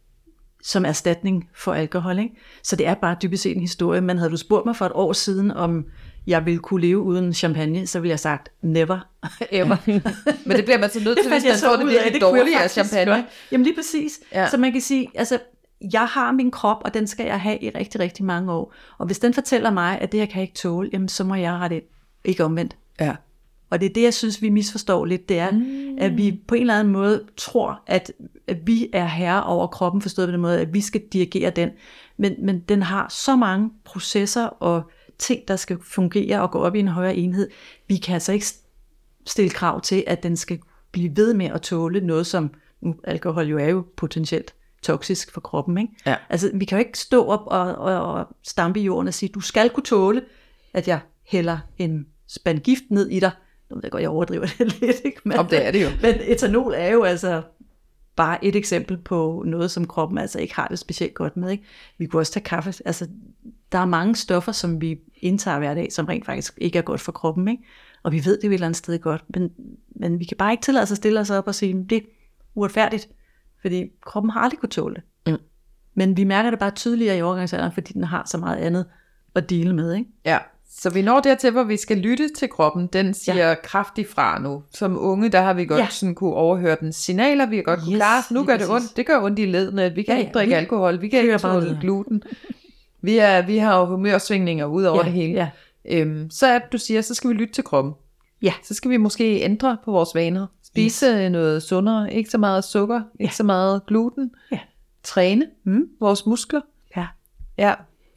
som erstatning for alkohol. Ikke? Så det er bare dybest set en historie. Men havde du spurgt mig for et år siden, om jeg ville kunne leve uden champagne, så ville jeg sagt, never, ever. Men det bliver man så nødt til, hvis man får det virkelig dårligt af champagne. Godt. Jamen lige præcis. Ja. Så man kan sige, altså, jeg har min krop, og den skal jeg have i rigtig, rigtig mange år. Og hvis den fortæller mig, at det her kan jeg ikke tåle, jamen så må jeg rette ind. Ikke omvendt. Ja. Og det er det, jeg synes, vi misforstår lidt, det er, mm. at vi på en eller anden måde tror, at, at vi er herre over kroppen, forstået på den måde, at vi skal dirigere den. Men, men den har så mange processer og ting, der skal fungere og gå op i en højere enhed. Vi kan altså ikke stille krav til, at den skal blive ved med at tåle noget, som nu, alkohol jo er jo potentielt toksisk for kroppen. Ikke? Ja. Altså, vi kan jo ikke stå op og, og, og stampe i jorden og sige, du skal kunne tåle, at jeg hælder en spand gift ned i dig. Nu ved jeg godt, jeg overdriver det lidt, ikke? Men, Om det er det jo. Men etanol er jo altså bare et eksempel på noget, som kroppen altså ikke har det specielt godt med. Ikke? Vi kunne også tage kaffe. Altså, der er mange stoffer, som vi indtager hver dag, som rent faktisk ikke er godt for kroppen. Ikke? Og vi ved det jo et eller andet sted godt. Men, men vi kan bare ikke tillade os at stille os op og sige, det er uretfærdigt. Fordi kroppen har aldrig kunne tåle det. Mm. Men vi mærker det bare tydeligere i overgangsalderen, fordi den har så meget andet at dele med. Ikke? Ja. Så vi når dertil, hvor vi skal lytte til kroppen. Den siger ja. kraftigt fra nu. Som unge, der har vi godt ja. sådan kunne overhøre den signaler. Vi har godt kunne yes, klare os. Nu gør det ondt. Det gør ondt i ledene. Vi kan ja, ja. ikke drikke vi alkohol. Vi kan ikke tåle gluten. Vi, er, vi har jo humørsvingninger ud over ja, det hele. Ja. Øhm, så er du siger, så skal vi lytte til kroppen. Ja. Så skal vi måske ændre på vores vaner. Spise yes. noget sundere. Ikke så meget sukker. Ja. Ikke så meget gluten. Ja. Træne mm. vores muskler. Ja. Ja.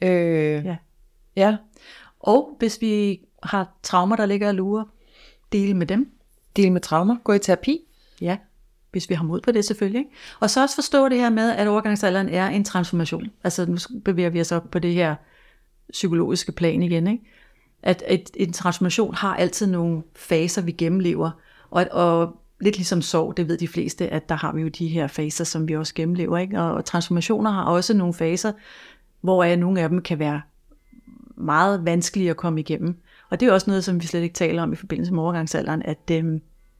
Øh, ja. Ja. Og hvis vi har traumer, der ligger og lurer, dele med dem. Dele med traumer. Gå i terapi. Ja, hvis vi har mod på det selvfølgelig. Ikke? Og så også forstå det her med, at overgangsalderen er en transformation. Altså nu bevæger vi os op på det her psykologiske plan igen. Ikke? At et, en transformation har altid nogle faser, vi gennemlever. Og, og lidt ligesom sorg, det ved de fleste, at der har vi jo de her faser, som vi også gennemlever. Ikke? Og, og transformationer har også nogle faser, hvor nogle af dem kan være meget vanskelige at komme igennem. Og det er også noget, som vi slet ikke taler om i forbindelse med overgangsalderen, at, øhm,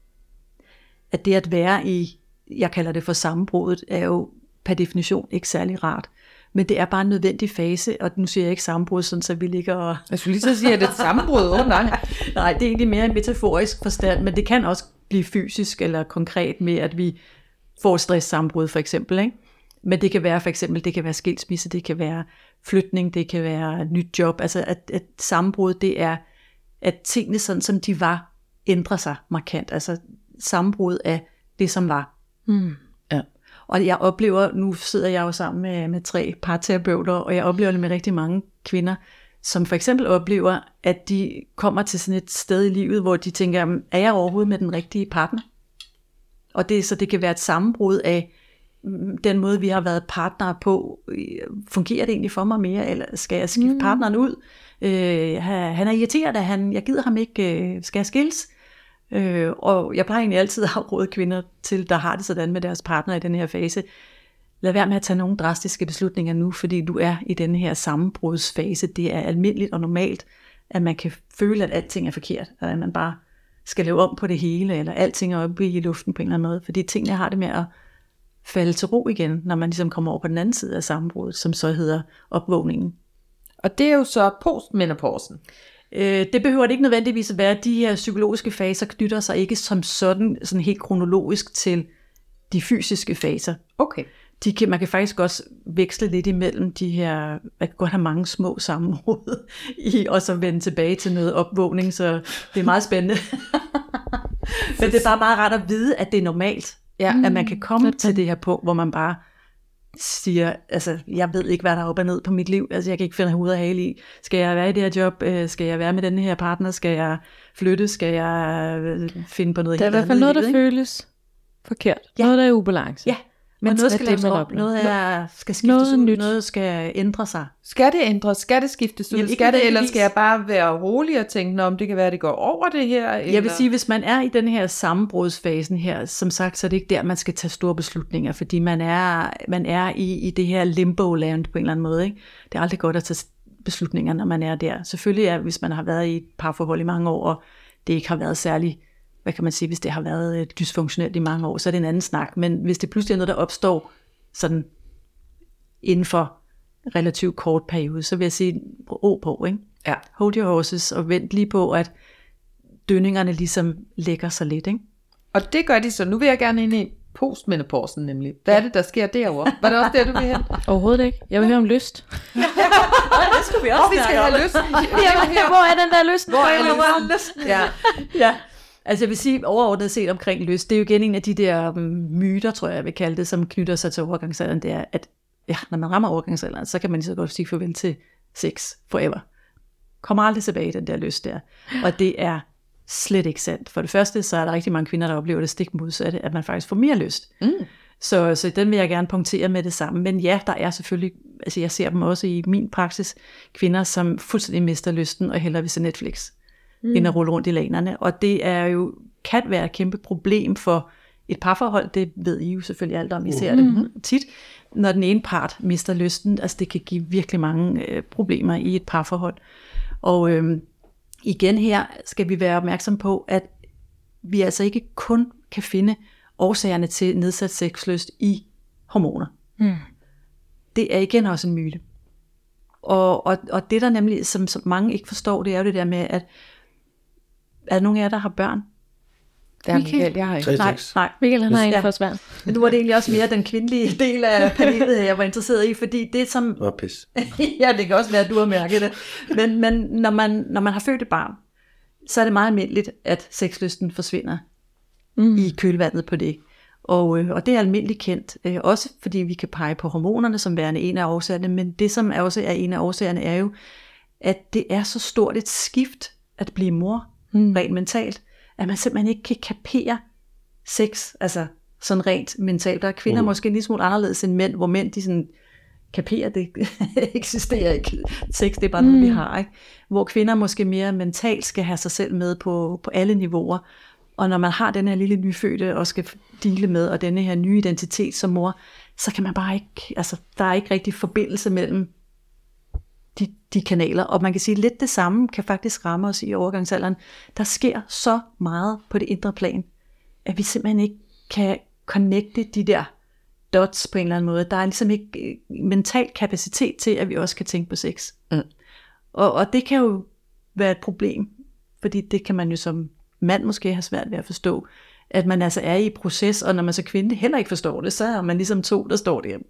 at det at være i, jeg kalder det for sammenbruddet, er jo per definition ikke særlig rart. Men det er bare en nødvendig fase, og nu siger jeg ikke sammenbrud, sådan så vi ligger og... Jeg skulle lige så sige, at det er et sammenbrud. Oh, nej. nej, det er egentlig mere en metaforisk forstand, men det kan også blive fysisk eller konkret med, at vi får stresssammenbrud for eksempel, ikke? Men det kan være for eksempel, det kan være skilsmisse, det kan være flytning, det kan være nyt job. Altså at, at sammenbrud, det er, at tingene sådan som de var, ændrer sig markant. Altså sammenbrud af det som var. Mm. Ja. Og jeg oplever, nu sidder jeg jo sammen med, med tre parterapeuter, og jeg oplever det med rigtig mange kvinder, som for eksempel oplever, at de kommer til sådan et sted i livet, hvor de tænker, er jeg overhovedet med den rigtige partner? Og det, så det kan være et sammenbrud af den måde, vi har været partnere på. Fungerer det egentlig for mig mere, eller skal jeg skifte mm. partneren ud? Øh, han er irriterende, han, jeg gider ham ikke, øh, skal jeg skilles? Øh, og jeg plejer egentlig altid at afråde kvinder til, der har det sådan med deres partner i den her fase. Lad være med at tage nogle drastiske beslutninger nu, fordi du er i den her sammenbrudsfase. Det er almindeligt og normalt, at man kan føle, at alting er forkert, og at man bare skal lave om på det hele, eller alting er oppe i luften på en eller anden måde. Fordi tingene har det med at falde til ro igen, når man ligesom kommer over på den anden side af sammenbruddet, som så hedder opvågningen. Og det er jo så postmenopausen. Øh, det behøver det ikke nødvendigvis at være. De her psykologiske faser knytter sig ikke som sådan, sådan helt kronologisk til de fysiske faser. Okay. De kan, man kan faktisk også veksle lidt imellem de her, man kan godt have mange små sammenbrud i, og så vende tilbage til noget opvågning, så det er meget spændende. Men det er bare meget rart at vide, at det er normalt, ja. At man kan komme mm. til det her punkt, hvor man bare siger, altså jeg ved ikke, hvad der er op og ned på mit liv, altså jeg kan ikke finde hoved og hale i, skal jeg være i det her job, skal jeg være med den her partner, skal jeg flytte, skal jeg finde på noget helt andet. Der er i hvert fald noget, der føles forkert, ja. Noget, der er ubalance. Ja. Men noget skal laves op, noget er, skal skiftes noget ud, nyt. Noget skal ændre sig. Skal det ændres? Skal det skiftes ud? Skal det, eller skal jeg bare være rolig og tænke, om det kan være, at det går over det her? Eller? Jeg vil sige, hvis man er i den her sammenbrudsfasen her, som sagt, så er det ikke der, man skal tage store beslutninger, fordi man er, man er i, i det her limbo-land på en eller anden måde. Ikke? Det er aldrig godt at tage beslutninger, når man er der. Selvfølgelig er, hvis man har været i et parforhold i mange år, og det ikke har været særlig, hvad kan man sige, hvis det har været dysfunktionelt i mange år, så er det en anden snak. Men hvis det pludselig er noget, der opstår sådan inden for relativt kort periode, så vil jeg sige ro på, ikke? Ja. Hold your horses, og vent lige på, at dønningerne ligesom lægger sig lidt, ikke? Og det gør de så. Nu vil jeg gerne ind i postmenopausen nemlig. Hvad er det, der sker derovre? Var det også der, du vil hen? Overhovedet ikke. Jeg vil høre om lyst. Ja, det skulle vi også vi skal have lyst. Hvor er den der lyst? Hvor er den lyst? Ja, ja. Altså jeg vil sige overordnet set omkring lyst, det er jo igen en af de der myter, tror jeg, jeg vil kalde det, som knytter sig til overgangsalderen, det er, at ja, når man rammer overgangsalderen, så kan man lige så godt sige farvel til sex forever. Kommer aldrig tilbage den der lyst der. Og det er slet ikke sandt. For det første, så er der rigtig mange kvinder, der oplever det stik modsatte, at man faktisk får mere lyst. Mm. Så, så den vil jeg gerne punktere med det samme. Men ja, der er selvfølgelig, altså jeg ser dem også i min praksis, kvinder, som fuldstændig mister lysten og hellere vil se Netflix. Mm. end at rulle rundt i lanerne. Og det er jo, kan være et kæmpe problem for et parforhold, det ved I jo selvfølgelig alt om, I ser det mm. tit, når den ene part mister lysten, altså det kan give virkelig mange øh, problemer i et parforhold. Og øh, igen her skal vi være opmærksom på, at vi altså ikke kun kan finde årsagerne til nedsat sexlyst i hormoner. Mm. Det er igen også en myte. Og, og, og det der nemlig, som, som mange ikke forstår, det er jo det der med, at er der nogen af jer, der har børn? Der Michael, Michael, jeg har ikke. Nej, nej. Michael, han har en for svært. Men nu var det egentlig også mere den kvindelige del af panelet, jeg var interesseret i, fordi det som... Åh, pis. Ja, det kan også være, at du har mærket det. Men, men når, man, når man har født et barn, så er det meget almindeligt, at sexlysten forsvinder mm. i kølvandet på det. Og, og det er almindeligt kendt, også fordi vi kan pege på hormonerne som værende en af årsagerne, men det som også er en af årsagerne er jo, at det er så stort et skift at blive mor, mm. rent mentalt, at man simpelthen ikke kan kapere sex, altså sådan rent mentalt. Der er kvinder mm. måske en lille smule anderledes end mænd, hvor mænd de sådan kaperer, det eksisterer ikke. Sex, det er bare mm. noget, vi har, ikke? Hvor kvinder måske mere mentalt skal have sig selv med på, på alle niveauer. Og når man har den her lille nyfødte og skal dele med, og denne her nye identitet som mor, så kan man bare ikke, altså der er ikke rigtig forbindelse mellem de, de kanaler. Og man kan sige, lidt det samme kan faktisk ramme os i overgangsalderen. Der sker så meget på det indre plan, at vi simpelthen ikke kan connecte de der dots på en eller anden måde. Der er ligesom ikke mental kapacitet til, at vi også kan tænke på sex. Mm. Og, og det kan jo være et problem, fordi det kan man jo som mand måske have svært ved at forstå, at man altså er i proces, og når man så kvinde heller ikke forstår det, så er man ligesom to, der står der.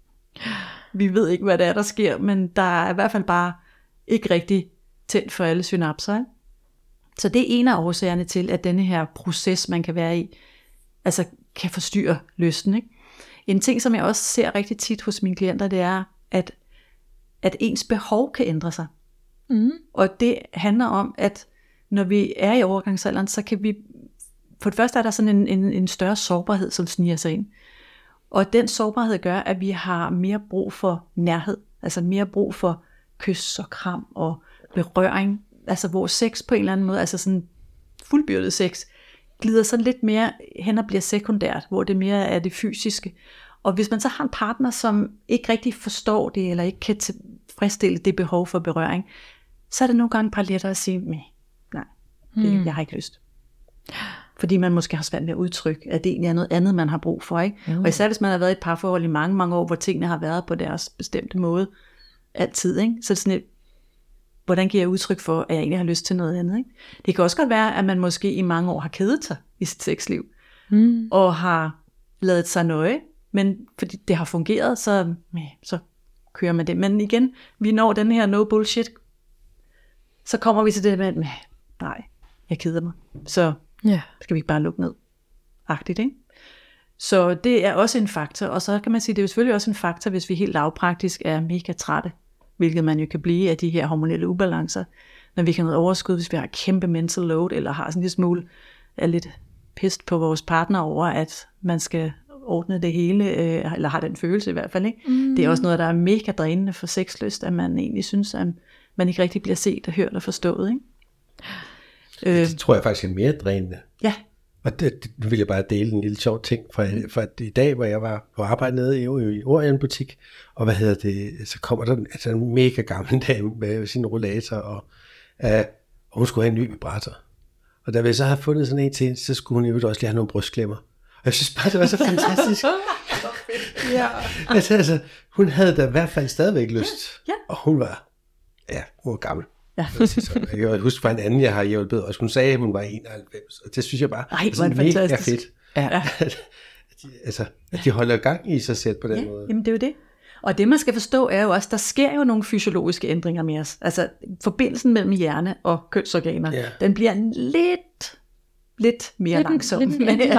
Vi ved ikke, hvad det er, der sker, men der er i hvert fald bare ikke rigtig tændt for alle synapser. Ikke? Så det er en af årsagerne til, at denne her proces, man kan være i, altså kan forstyrre lysten. Ikke? En ting, som jeg også ser rigtig tit hos mine klienter, det er, at, at ens behov kan ændre sig. Mm. Og det handler om, at når vi er i overgangsalderen, så kan vi, for det første er der sådan en, en, en større sårbarhed, som sniger sig ind. Og den sårbarhed gør, at vi har mere brug for nærhed, altså mere brug for kys og kram og berøring, altså hvor sex på en eller anden måde, altså sådan fuldbyrdet sex, glider sådan lidt mere hen og bliver sekundært, hvor det mere er det fysiske. Og hvis man så har en partner, som ikke rigtig forstår det, eller ikke kan tilfredsstille det behov for berøring, så er det nogle gange bare lettere at sige, nej, det, mm. jeg har ikke lyst. Fordi man måske har svært ved at udtrykke, at det egentlig er noget andet, man har brug for. Ikke? Mm. Og især hvis man har været i et parforhold i mange, mange år, hvor tingene har været på deres bestemte måde, altid, ikke? Så er det sådan et, hvordan giver jeg udtryk for, at jeg egentlig har lyst til noget andet? Ikke? Det kan også godt være, at man måske i mange år har kedet sig i sit sexliv, mm. og har ladet sig nøje, men fordi det har fungeret, så, så kører man det. Men igen, vi når den her no bullshit, så kommer vi til det med, nej, jeg keder mig, så ja. Skal vi ikke bare lukke ned? Agtigt, ikke? Så det er også en faktor, og så kan man sige, det er jo selvfølgelig også en faktor, hvis vi helt lavpraktisk er mega trætte, hvilket man jo kan blive af de her hormonelle ubalancer, når vi kan have noget overskud, hvis vi har kæmpe mental load, eller har sådan en smule, er lidt pist på vores partner over, at man skal ordne det hele, øh, eller har den følelse i hvert fald, ikke? Mm. Det er også noget, der er mega drænende for sexlyst, at man egentlig synes, at man ikke rigtig bliver set og hørt og forstået, ikke? Det tror jeg faktisk er mere drænende. Ja. Og det, det, nu vil jeg bare dele en lille sjov ting fra, fra i dag, hvor jeg var på arbejde nede i, i Orion butik, og hvad hedder det, så kommer der altså en mega gammel dame med sin rollator, og, uh, og hun skulle have en ny vibrator. Og da vi så har fundet sådan en til, så skulle hun jo også lige have nogle brystklemmer. Og jeg synes bare, det var så fantastisk. Ja. altså, altså, hun havde da i hvert fald stadigvæk lyst, ja. Og hun var, ja, hun var gammel. Ja. Jeg kan huske fra en anden, jeg har hjulpet, og hun sagde, at hun var enoghalvfems, og det synes jeg bare Ej, er mega fantastisk. Fedt. Ja. At, de, altså, at de holder gang i sig selv på den ja, måde. Jamen det er jo det. Og det man skal forstå er jo også, der sker jo nogle fysiologiske ændringer med os. Altså forbindelsen mellem hjerne og kønsorganer, ja. Den bliver lidt, lidt mere lidt, langsom. Lidt, lidt, lidt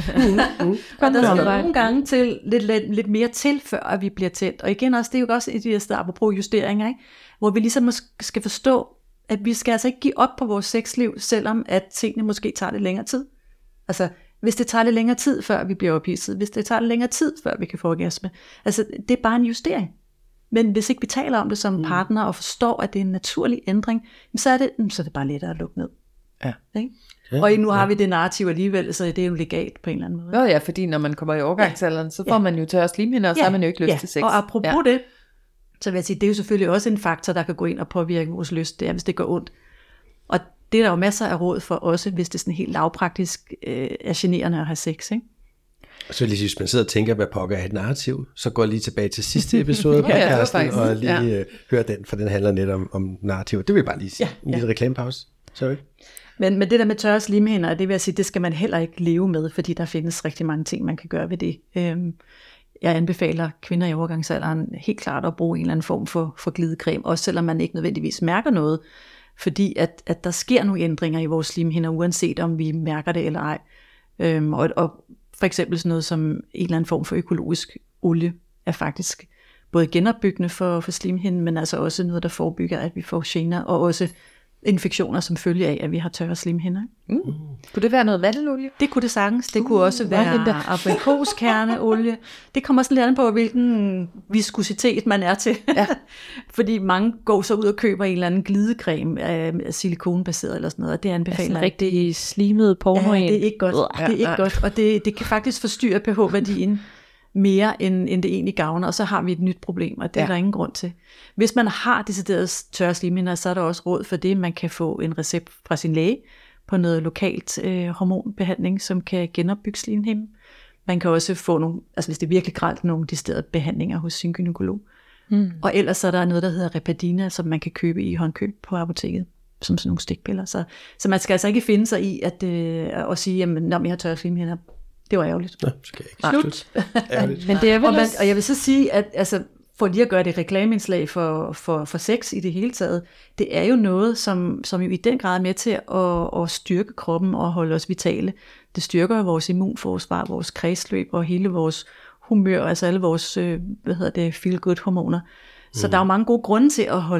mm, mm. Og der skal nogle gange til, lidt, lidt, lidt mere til, før at vi bliver tændt. Og igen også, det er jo også et af de her steder, apropos justeringer, ikke? Hvor vi ligesom skal forstå, at vi skal altså ikke give op på vores sexliv, selvom at tingene måske tager lidt længere tid. Altså, hvis det tager lidt længere tid, før vi bliver ophidset, hvis det tager lidt længere tid, før vi kan få orgasme, altså, det er bare en justering. Men hvis ikke vi taler om det som partner, og forstår, at det er en naturlig ændring, så er det, så er det bare lettere at lukke ned. Ja. Ikke? Ja, og nu har ja. vi det narrativ alligevel, så det er jo legalt på en eller anden måde. Nå ja, fordi når man kommer i overgangsalderen, så får ja. man jo tørre slimhinder, og så ja. har man jo ikke lyst ja. til sex. Og apropos ja. det, så vil jeg sige, det er jo selvfølgelig også en faktor, der kan gå ind og påvirke vores lyst, det er, hvis det går ondt. Og det er der jo masser af råd for også, hvis det er sådan helt lavpraktisk øh, er generende at have sex, ikke? Så lige, hvis man sidder og tænker, hvad pokker er et narrativ, så går jeg lige tilbage til sidste episode af podcasten, ja, og lige ja. øh, hør den, for den handler net om, om narrativer. Det vil jeg bare lige sige. Ja, en ja. lille reklamepause. Sorry. Men, men det der med tørre slimhinder, det vil jeg sige, det skal man heller ikke leve med, fordi der findes rigtig mange ting, man kan gøre ved det. Øhm, Jeg anbefaler kvinder i overgangsalderen helt klart at bruge en eller anden form for, for glidecreme, også selvom man ikke nødvendigvis mærker noget, fordi at, at der sker nogle ændringer i vores slimhinder, uanset om vi mærker det eller ej. Øhm, og, og for eksempel sådan noget som en eller anden form for økologisk olie er faktisk både genopbyggende for, for slimhinden, men altså også noget, der forebygger, at vi får gener, og også infektioner som følge af, at vi har tørre slimhinder. Mm. Mm. Kunne det være noget vandelolie? Det kunne det sagtens. Det uh, kunne også være aprikoskerneolie. Det kommer sådan lidt an på, hvilken viskositet man er til. Ja. Fordi mange går så ud og køber en eller anden glidecreme af silikonbaseret eller sådan noget, og det anbefaler altså rigtig slimet porno. Ja, det er ikke godt. Ja, det er ikke ja. godt, og det, det kan faktisk forstyrre pH-værdien mere end, end det egentlig gavner, og så har vi et nyt problem, og det ja. er der ingen grund til. Hvis man har decideret tørre slimhinder, så er der også råd for det. Man kan få en recept fra sin læge på noget lokalt øh, hormonbehandling, som kan genopbygge slimhinden. Man kan også få nogle, altså hvis det er virkelig grelt, nogle deciderede behandlinger hos sin gynækolog. Mm. Og ellers er der noget, der hedder Repadina, som man kan købe i håndkøb på apoteket, som sådan nogle stikpiller. Så, så man skal altså ikke finde sig i at, øh, at sige, jamen, når jeg har tørre slimhinder, det var ærgerligt. Nå, skal jeg ikke. Slut. Men det er vel og, man, og jeg vil så sige, at altså, for lige at gøre det reklameindslag for, for, for sex i det hele taget, det er jo noget, som, som jo i den grad er med til at, at styrke kroppen og holde os vitale. Det styrker vores immunforsvar, vores kredsløb og hele vores humør, altså alle vores hvad hedder det, feel-good hormoner. Så mm. der er jo mange gode grunde til at holde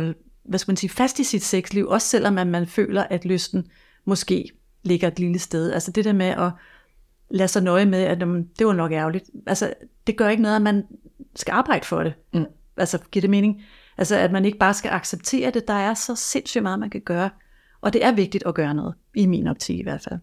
hvad skal man sige, fast i sit sexliv, også selvom man, man føler, at lysten måske ligger et lille sted. Altså det der med at lade sig nøje med, at jamen, det var nok ærgerligt. Altså det gør ikke noget, at man skal arbejde for det. Mm. Altså giver det mening? Altså at man ikke bare skal acceptere det. Der er så sindssygt meget, man kan gøre. Og det er vigtigt at gøre noget, i min optik i hvert fald.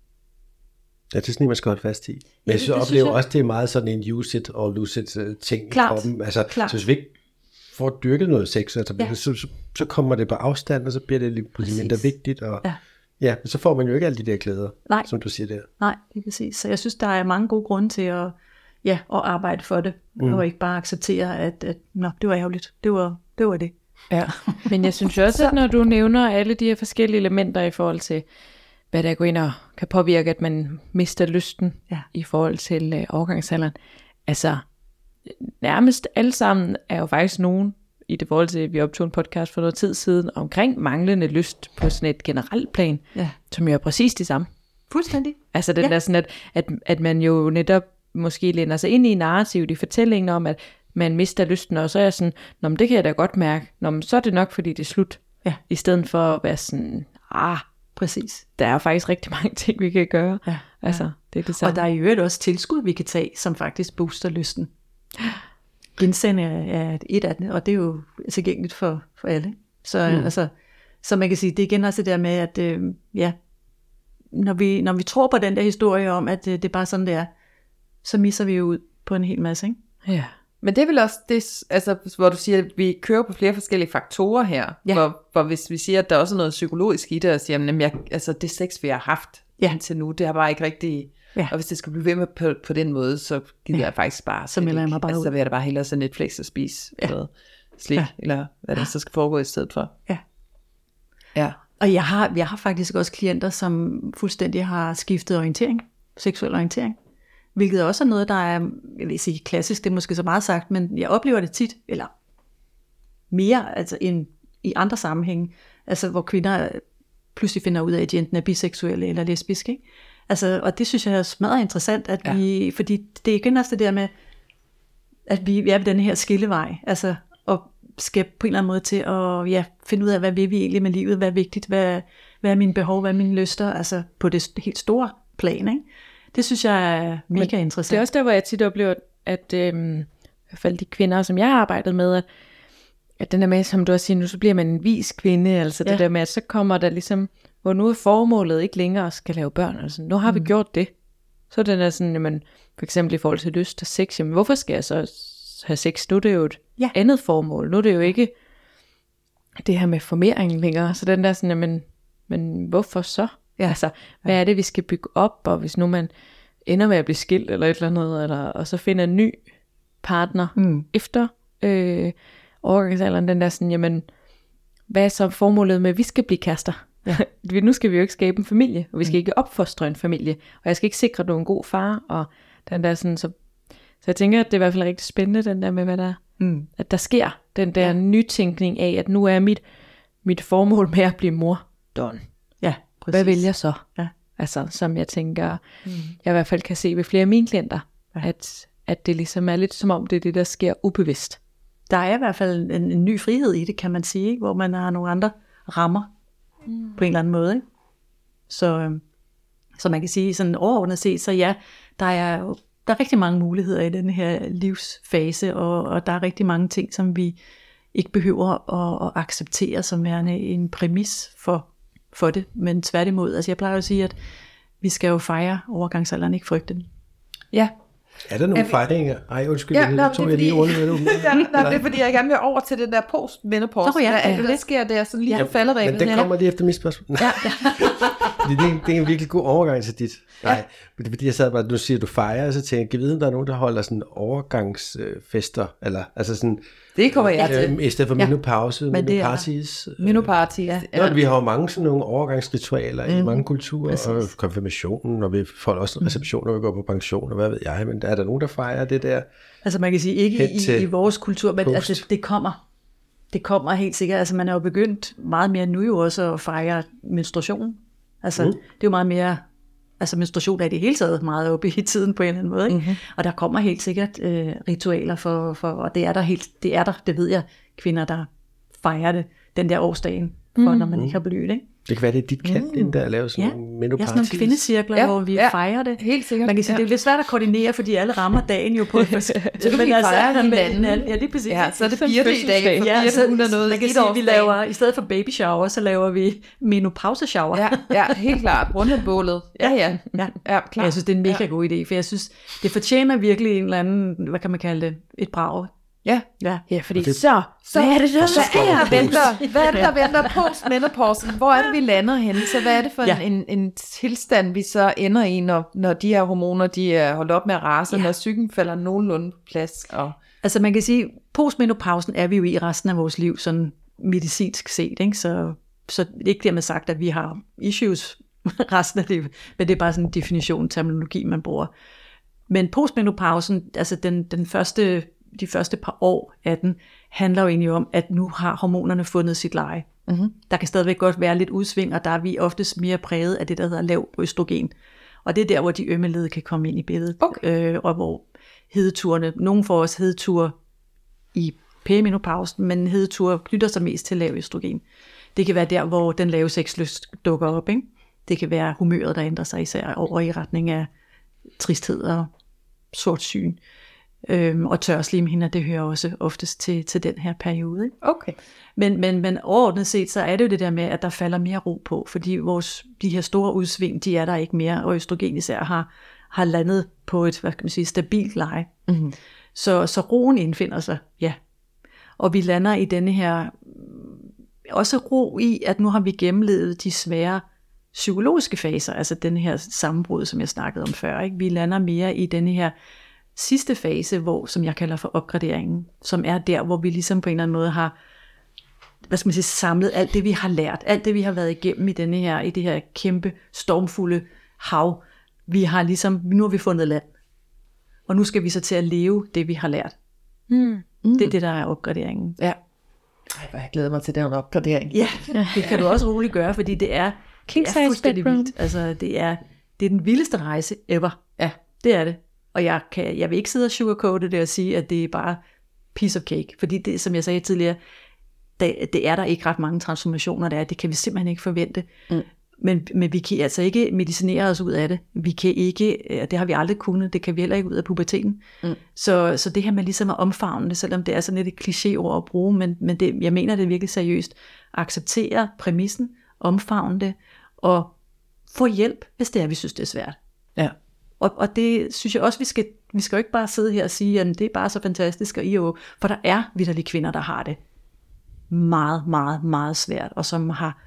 Ja, det er sådan, man skal holde fast i. Men ja, jeg synes, jeg oplever jeg... også, det er meget sådan en use it or lose it ting Klart. i kroppen. Altså, Klart. så hvis vi ikke får dyrket noget sex, altså, ja. så, så, så kommer det på afstand, og så bliver det lidt mindre vigtigt. Og, ja. ja, så får man jo ikke alle de der glæder, Nej. som du siger der. Nej, det er præcis. Så jeg synes, der er mange gode grunde til at, ja, at arbejde for det, mm. og ikke bare acceptere, at, at nå, det var ærgerligt. Det var det. Var det. Ja. Men jeg synes også, at når du nævner alle de her forskellige elementer i forhold til, hvad der går ind og kan påvirke, at man mister lysten ja. i forhold til øh, overgangsalderen. Altså, nærmest alle sammen er jo faktisk nogen, i det forhold til, at vi optog en podcast for noget tid siden, omkring manglende lyst på sådan et generelt plan, ja. som jo er præcis det samme. Fuldstændig. Altså den ja. der sådan, at, at, at man jo netop måske lænder sig ind i narrativet, i fortællingen om, at man mister lysten, og så er jeg sådan, nå, men det kan jeg da godt mærke, nå, men så er det nok, fordi det er slut. Ja. I stedet for at være sådan, ah, præcis. Der er faktisk rigtig mange ting, vi kan gøre. Ja, altså, ja. det er det samme. Og der er jo også tilskud, vi kan tage, som faktisk booster lysten. Gensend er et af det, og det er jo tilgængeligt for, for alle. Så, mm. altså, så man kan sige, det er igen også det der med, at øh, ja, når vi, når vi tror på den der historie om, at øh, det er bare sådan, det er, så misser vi jo ud på en hel masse, ikke? Ja. Men det er vel også det, altså, hvor du siger, at vi kører på flere forskellige faktorer her, ja. hvor, hvor hvis vi siger, at der også er noget psykologisk i det, og siger, at jeg, altså, det sex, vi har haft ja. indtil nu, det har bare ikke rigtig, ja. og hvis det skal blive ved med på, på den måde, så gider ja. jeg faktisk bare, så melder jeg mig bare altså, ud. Så vil jeg da bare hellere se Netflix og spise ja. noget slik, ja. eller hvad der så skal foregå i stedet for. Ja. Ja. Og jeg har, jeg har faktisk også klienter, som fuldstændig har skiftet orientering, seksuel orientering. Hvilket også er noget, der er, jeg vil sige klassisk, det er måske så meget sagt, men jeg oplever det tit, eller mere altså end i andre sammenhænge, altså hvor kvinder pludselig finder ud af, at de enten er biseksuelle eller lesbiske. Ikke? Altså, og det synes jeg er smadret interessant, at ja. vi, fordi det er igen også det der med, at vi er ved den her skillevej, altså og skal på en eller anden måde til at ja, finde ud af, hvad vil vi egentlig med livet, hvad er vigtigt, hvad, hvad er mine behov, hvad er mine lyster, altså på det helt store plan, ikke? Det synes jeg er mega Men interessant. Det er også der, hvor jeg tit oplever, at øhm, i hvert fald de kvinder, som jeg har arbejdet med, at, at den der med, som du også siger, nu så bliver man en vis kvinde, altså ja. det der med, at så kommer der ligesom, hvor nu er formålet ikke længere at skal lave børn, altså nu har vi mm. gjort det. Så er den der sådan, jamen, for eksempel i forhold til lyst og sex, jamen hvorfor skal jeg så have sex? Nu er det jo et ja. andet formål, nu er det jo ikke det her med formering længere, så den der sådan, jamen, men hvorfor så? Ja. Altså, hvad er det, vi skal bygge op, og hvis nu man ender med at blive skilt, eller et eller andet, eller, og så finder en ny partner mm. efter øh, overgangsalderen, den der sådan, jamen, hvad er så formålet med, at vi skal blive kærester? Ja. Nu skal vi jo ikke skabe en familie, og vi skal mm. ikke opfostre en familie, og jeg skal ikke sikre, at du er en god far, og den der sådan, så, så jeg tænker, at det er i hvert fald rigtig spændende, den der med, hvad der, mm. at der sker, den der ja. nytænkning af, at nu er mit, mit formål med at blive mor done. Ja. Præcis. Hvad vil jeg så? Ja. Altså, som jeg tænker, mm. jeg i hvert fald kan se ved flere af mine klienter, ja. at, at det ligesom er lidt som om, det er det, der sker ubevidst. Der er i hvert fald en, en ny frihed i det, kan man sige, ikke? Hvor man har nogle andre rammer mm. på en eller anden måde. Ikke? Så, øhm, så man kan sige, sådan overordnet set, så ja, der er jo der er rigtig mange muligheder i den her livsfase, og, og der er rigtig mange ting, som vi ikke behøver at, at acceptere som værende en præmis for for det, men tværtimod, altså jeg plejer at sige, at vi skal jo fejre overgangsalderen, ikke frygte den. Ja. Er der nogle fejringer? Ej, undskyld, ja, jeg nej, tog jeg lige rundt med det. Ja, nej, det er fordi, jeg gerne vil over til den der post-menopause. Oh, ja, hvad, ja. hvad sker der? Sådan lige ja, på falderæbet. Men den kommer lige efter mit spørgsmål. Ja. det, er en, det er en virkelig god overgang til dit. Nej, ja. Fordi jeg sad bare, nu siger du fejre, og så tænkte jeg, kan vide, om der er nogen, der holder sådan overgangsfester, eller altså sådan... Det kommer jeg til. Øh, I stedet for ja. menopause, menoparties. Menoparties. Ja. Ja. Vi har jo mange sådan nogle overgangsritualer mm. i mange kulturer, præcis. Og konfirmationen, og vi får også en reception, når vi går på pension, og hvad ved jeg, men er der nogen, der fejrer det der? Altså man kan sige, ikke i, i vores kultur, men altså, det kommer. Det kommer helt sikkert. Altså man er jo begyndt meget mere nu jo også at fejre menstruation. Altså mm. det er jo meget mere... Altså menstruation er i det hele taget meget oppe i tiden på en eller anden måde, ikke? Mm-hmm. Og der kommer helt sikkert øh, ritualer for, for, og det er der helt, det er der, det ved jeg, kvinder der fejrer det den der årsdagen, for mm. når man ikke har blødt, ikke? Det kan være, det er dit kald, mm. der at lave sådan ja. nogle menopautis. Ja, sådan nogle kvindecirkler, ja. hvor vi ja. fejrer det. Helt sikkert. Man kan sige, ja. det er lidt svært at koordinere, fordi alle rammer dagen jo på. Så kan vi fejre hinanden. Ja, det er præcis. Ja, så er det birte i dag. Ja, så noget man kan sige, vi laver, i stedet for baby shower, så laver vi menopause shower. Ja, ja, helt klart. Rundebålet. Ja, ja. ja. ja klar. Jeg synes, det er en mega ja. god idé, for jeg synes, det fortjener virkelig en eller anden, hvad kan man kalde det, et brag. Ja, ja, ja, fordi det, så, så, hvad er det der, hvad er, der venter, hvad er det, der venter post-menopausen? Hvor er det, vi lander henne? Så hvad er det for ja. en, en, en tilstand, vi så ender i, når, når de her hormoner, de er holdt op med at rase, ja. når psyken falder nogenlunde på plads? Og... Altså man kan sige, postmenopausen er vi jo i resten af vores liv, sådan medicinsk set, ikke? Så, så det er ikke dermed sagt, at vi har issues resten af livet, men det er bare sådan en definition, terminologi, man bruger. Men postmenopausen, altså den, den første... de første par år af den, handler jo egentlig om, at nu har hormonerne fundet sit leje. Mm-hmm. Der kan stadigvæk godt være lidt udsving, og der er vi oftest mere præget af det, der hedder lav østrogen. Og det er der, hvor de ømme led kan komme ind i billedet. Okay. Øh, og hvor hedeturene, nogen får også hedetur i perimenopausen, men hedetur knytter sig mest til lav østrogen. Det kan være der, hvor den lave sexlyst dukker op. Ikke? Det kan være humøret, der ændrer sig især over i retning af tristhed og sortsyn. Øhm, og tørslimhinder, det hører også oftest til, til den her periode. Ikke? Okay. Men, men, men overordnet set, så er det jo det der med, at der falder mere ro på, fordi vores, de her store udsving, de er der ikke mere, og østrogen især har, har landet på et, hvad kan man sige, stabilt leje. Mm-hmm. Så, så roen indfinder sig, ja. Og vi lander i denne her, også ro i, at nu har vi gennemlevet de svære psykologiske faser, altså den her sammenbrud, som jeg snakkede om før. Ikke? Vi lander mere i denne her sidste fase, hvor, som jeg kalder for opgraderingen, som er der, hvor vi ligesom på en eller anden måde har, hvad skal man sige, samlet alt det, vi har lært, alt det, vi har været igennem i denne her, i det her kæmpe, stormfulde hav. Vi har ligesom, nu har vi fundet land, og nu skal vi så til at leve det, vi har lært. Mm. Mm. Det er det, der er opgraderingen. Ja. Ej, jeg glæder mig til den opgradering. Ja, det kan du også roligt gøre, fordi det er, det er fuldstændig vildt. Altså, det er, det er den vildeste rejse ever. Ja, det er det. Og jeg, kan, jeg vil ikke sidde og sugarcoate det og sige, at det er bare piece of cake. Fordi det, som jeg sagde tidligere, det, det er der ikke ret mange transformationer, der er. Det kan vi simpelthen ikke forvente. Mm. Men, men vi kan altså ikke medicinere os ud af det. Vi kan ikke, og det har vi aldrig kunnet, det kan vi heller ikke ud af puberteten. Mm. Så, så det her med ligesom at omfavne det, selvom det er sådan lidt et klichéord at bruge, men, men det, jeg mener det er virkelig seriøst. Acceptere præmissen, omfavne det, og få hjælp, hvis det er, vi synes, det er svært. Ja. Og, og det synes jeg også, vi skal, vi skal jo ikke bare sidde her og sige, at det er bare så fantastisk, og I jo, for der er vitterlige kvinder, der har det meget, meget, meget svært, og som har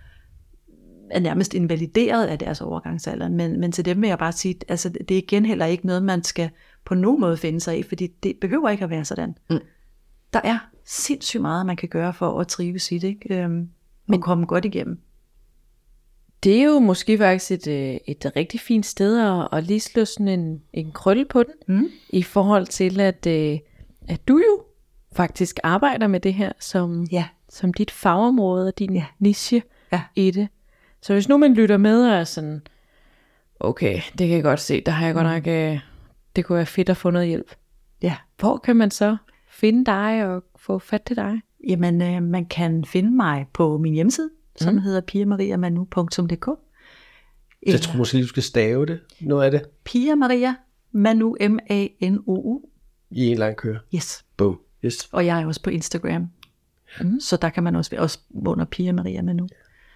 er nærmest invalideret af deres overgangsalder. Men, men til dem vil jeg bare sige, altså det er igen heller ikke noget, man skal på nogen måde finde sig i, fordi det behøver ikke at være sådan. Mm. Der er sindssygt meget, man kan gøre for at trives i det, ikke? Øhm, men komme godt igennem. Det er jo måske faktisk et, et rigtig fint sted at, at lige slå sådan en, en krølle på den, mm. i forhold til, at, at du jo faktisk arbejder med det her som, ja. som dit fagområde og din ja. niche ja. i det. Så hvis nu man lytter med og er sådan, okay, det kan jeg godt se, der har jeg godt nok, øh, det kunne være fedt at få noget hjælp. Ja. Hvor kan man så finde dig og få fat til dig? Jamen, øh, man kan finde mig på min hjemmeside, som mm. hedder pia maria manu punktum d k. Jeg tror måske, du skal stave det, noget af det. Pia Maria Manu, M A N O U. I en lang køre. Yes. Boom. Yes. Og jeg er også på Instagram. Mm. Så der kan man også, også under Pia Maria Manu.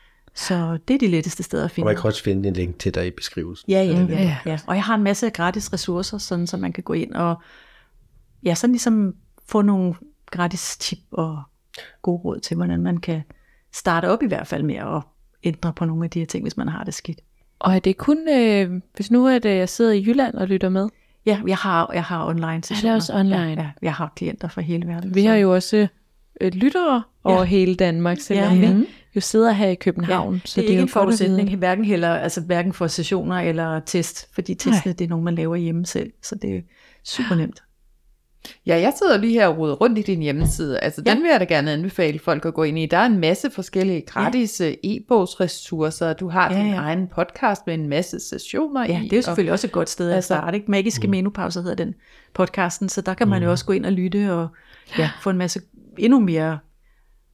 Så det er de letteste steder at finde. Og man kan også finde en link til dig i beskrivelsen. Ja, ja, ja, ja. Og jeg har en masse gratis ressourcer, sådan, så man kan gå ind og ja, sådan ligesom få nogle gratis tip og gode råd til, hvordan man kan starte op i hvert fald med at ændre på nogle af de her ting, hvis man har det skidt. Og er det kun, øh, hvis nu er det, jeg sidder i Jylland og lytter med? Ja, jeg har, jeg har online sessioner. Er det også online? Ja, ja, jeg har klienter fra hele verden. Vi har jo også øh, lyttere ja. over hele Danmark, selvom ja, ja. vi jo sidder her i København. Ja, så det er, det er ikke en forudsætning, hverken, heller, altså, hverken for sessioner eller test, fordi testene, det er nogen, man laver hjemme selv, så det er super nemt. Ja, jeg sidder lige her og roder rundt i din hjemmeside. Altså, ja. den vil jeg da gerne anbefale folk at gå ind i. Der er en masse forskellige gratis ja. e-bogsressourcer. Du har ja, din ja. egen podcast med en masse sessioner ja, i. det er jo selvfølgelig og, også et godt sted at altså, starte. Ikke? Magiske mm. menopauser hedder den podcasten, så der kan man mm. jo også gå ind og lytte og ja, få en masse endnu mere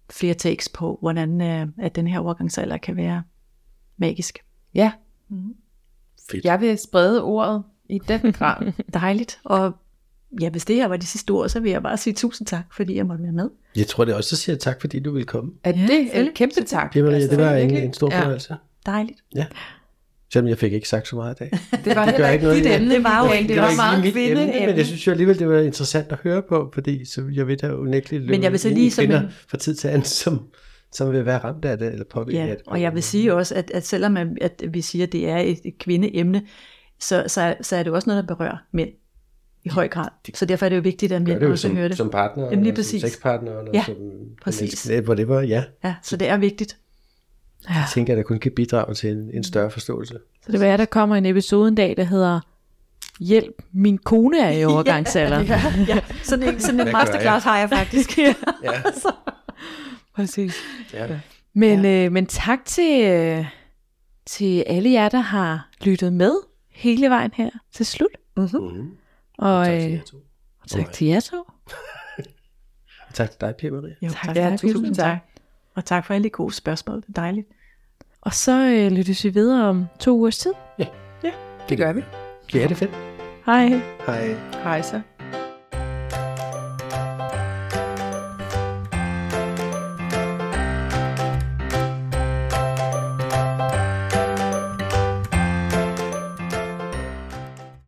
flere takes på, hvordan øh, at den her overgangsalder kan være magisk. Ja. Mm. Fedt. Jeg vil sprede ordet i den grad. Dejligt. Og ja, hvis det her var de sidste ord, så vil jeg bare sige tusind tak, fordi jeg måtte være med. Jeg tror det også, så siger jeg tak, fordi du ville komme. At Ja, det er selvfølgelig. en kæmpe tak. Pia Maria, Altså, det var en, virkelig. en stor Ja. fornøjelse. Dejligt. Ja. Selvom jeg fik ikke sagt så meget i dag. Det var Det gør heller ikke ikke dit noget. emne. Det var jo Michael. ikke- det var ikke meget mit kvinde emne, men jeg synes jo alligevel, det var interessant at høre på, fordi så jeg ved, der unægteligt Men jeg vil så løber lige ind i som kvinder en- fra tid til anden, som, som vil være ramt af det, eller påvirket af Ja, det. og jeg vil sige også, at, at selvom at, at vi siger, at det er et, et kvindeemne, så, så, så er det jo også noget, der berører mænd i høj grad. Så derfor er det jo vigtigt, at Gør mænd det jo også som, hører det. som partner, Jamen lige og som præcis. sexpartner, og Ja, som præcis. menneske, hvor det var, ja. Ja, så det er vigtigt. Ja. Jeg tænker, at det kun kan bidrage til en, en større forståelse. Så det vil være, der kommer en episode en dag, der hedder Hjælp, min kone er i overgangsalderen. Ja, ja. Sådan en, sådan en Hvad gør masterclass har jeg faktisk. Ja, Ja, præcis. ja. Men, ja. øh, men tak til, øh, til alle jer, der har lyttet med hele vejen her til slut. Mm-hmm. Mm-hmm. Og, tak øh, til jer to. og tak til jer to. Og tak til dig, Pia Maria. Jo, Tak. tak. Ja, tak. tusind tak. Og tak for alle de gode spørgsmål. Det er dejligt. Og så øh, lyttes vi videre om to ugers tid. Det gør vi. Ja, det er fedt. Hej. Hej. Hej så.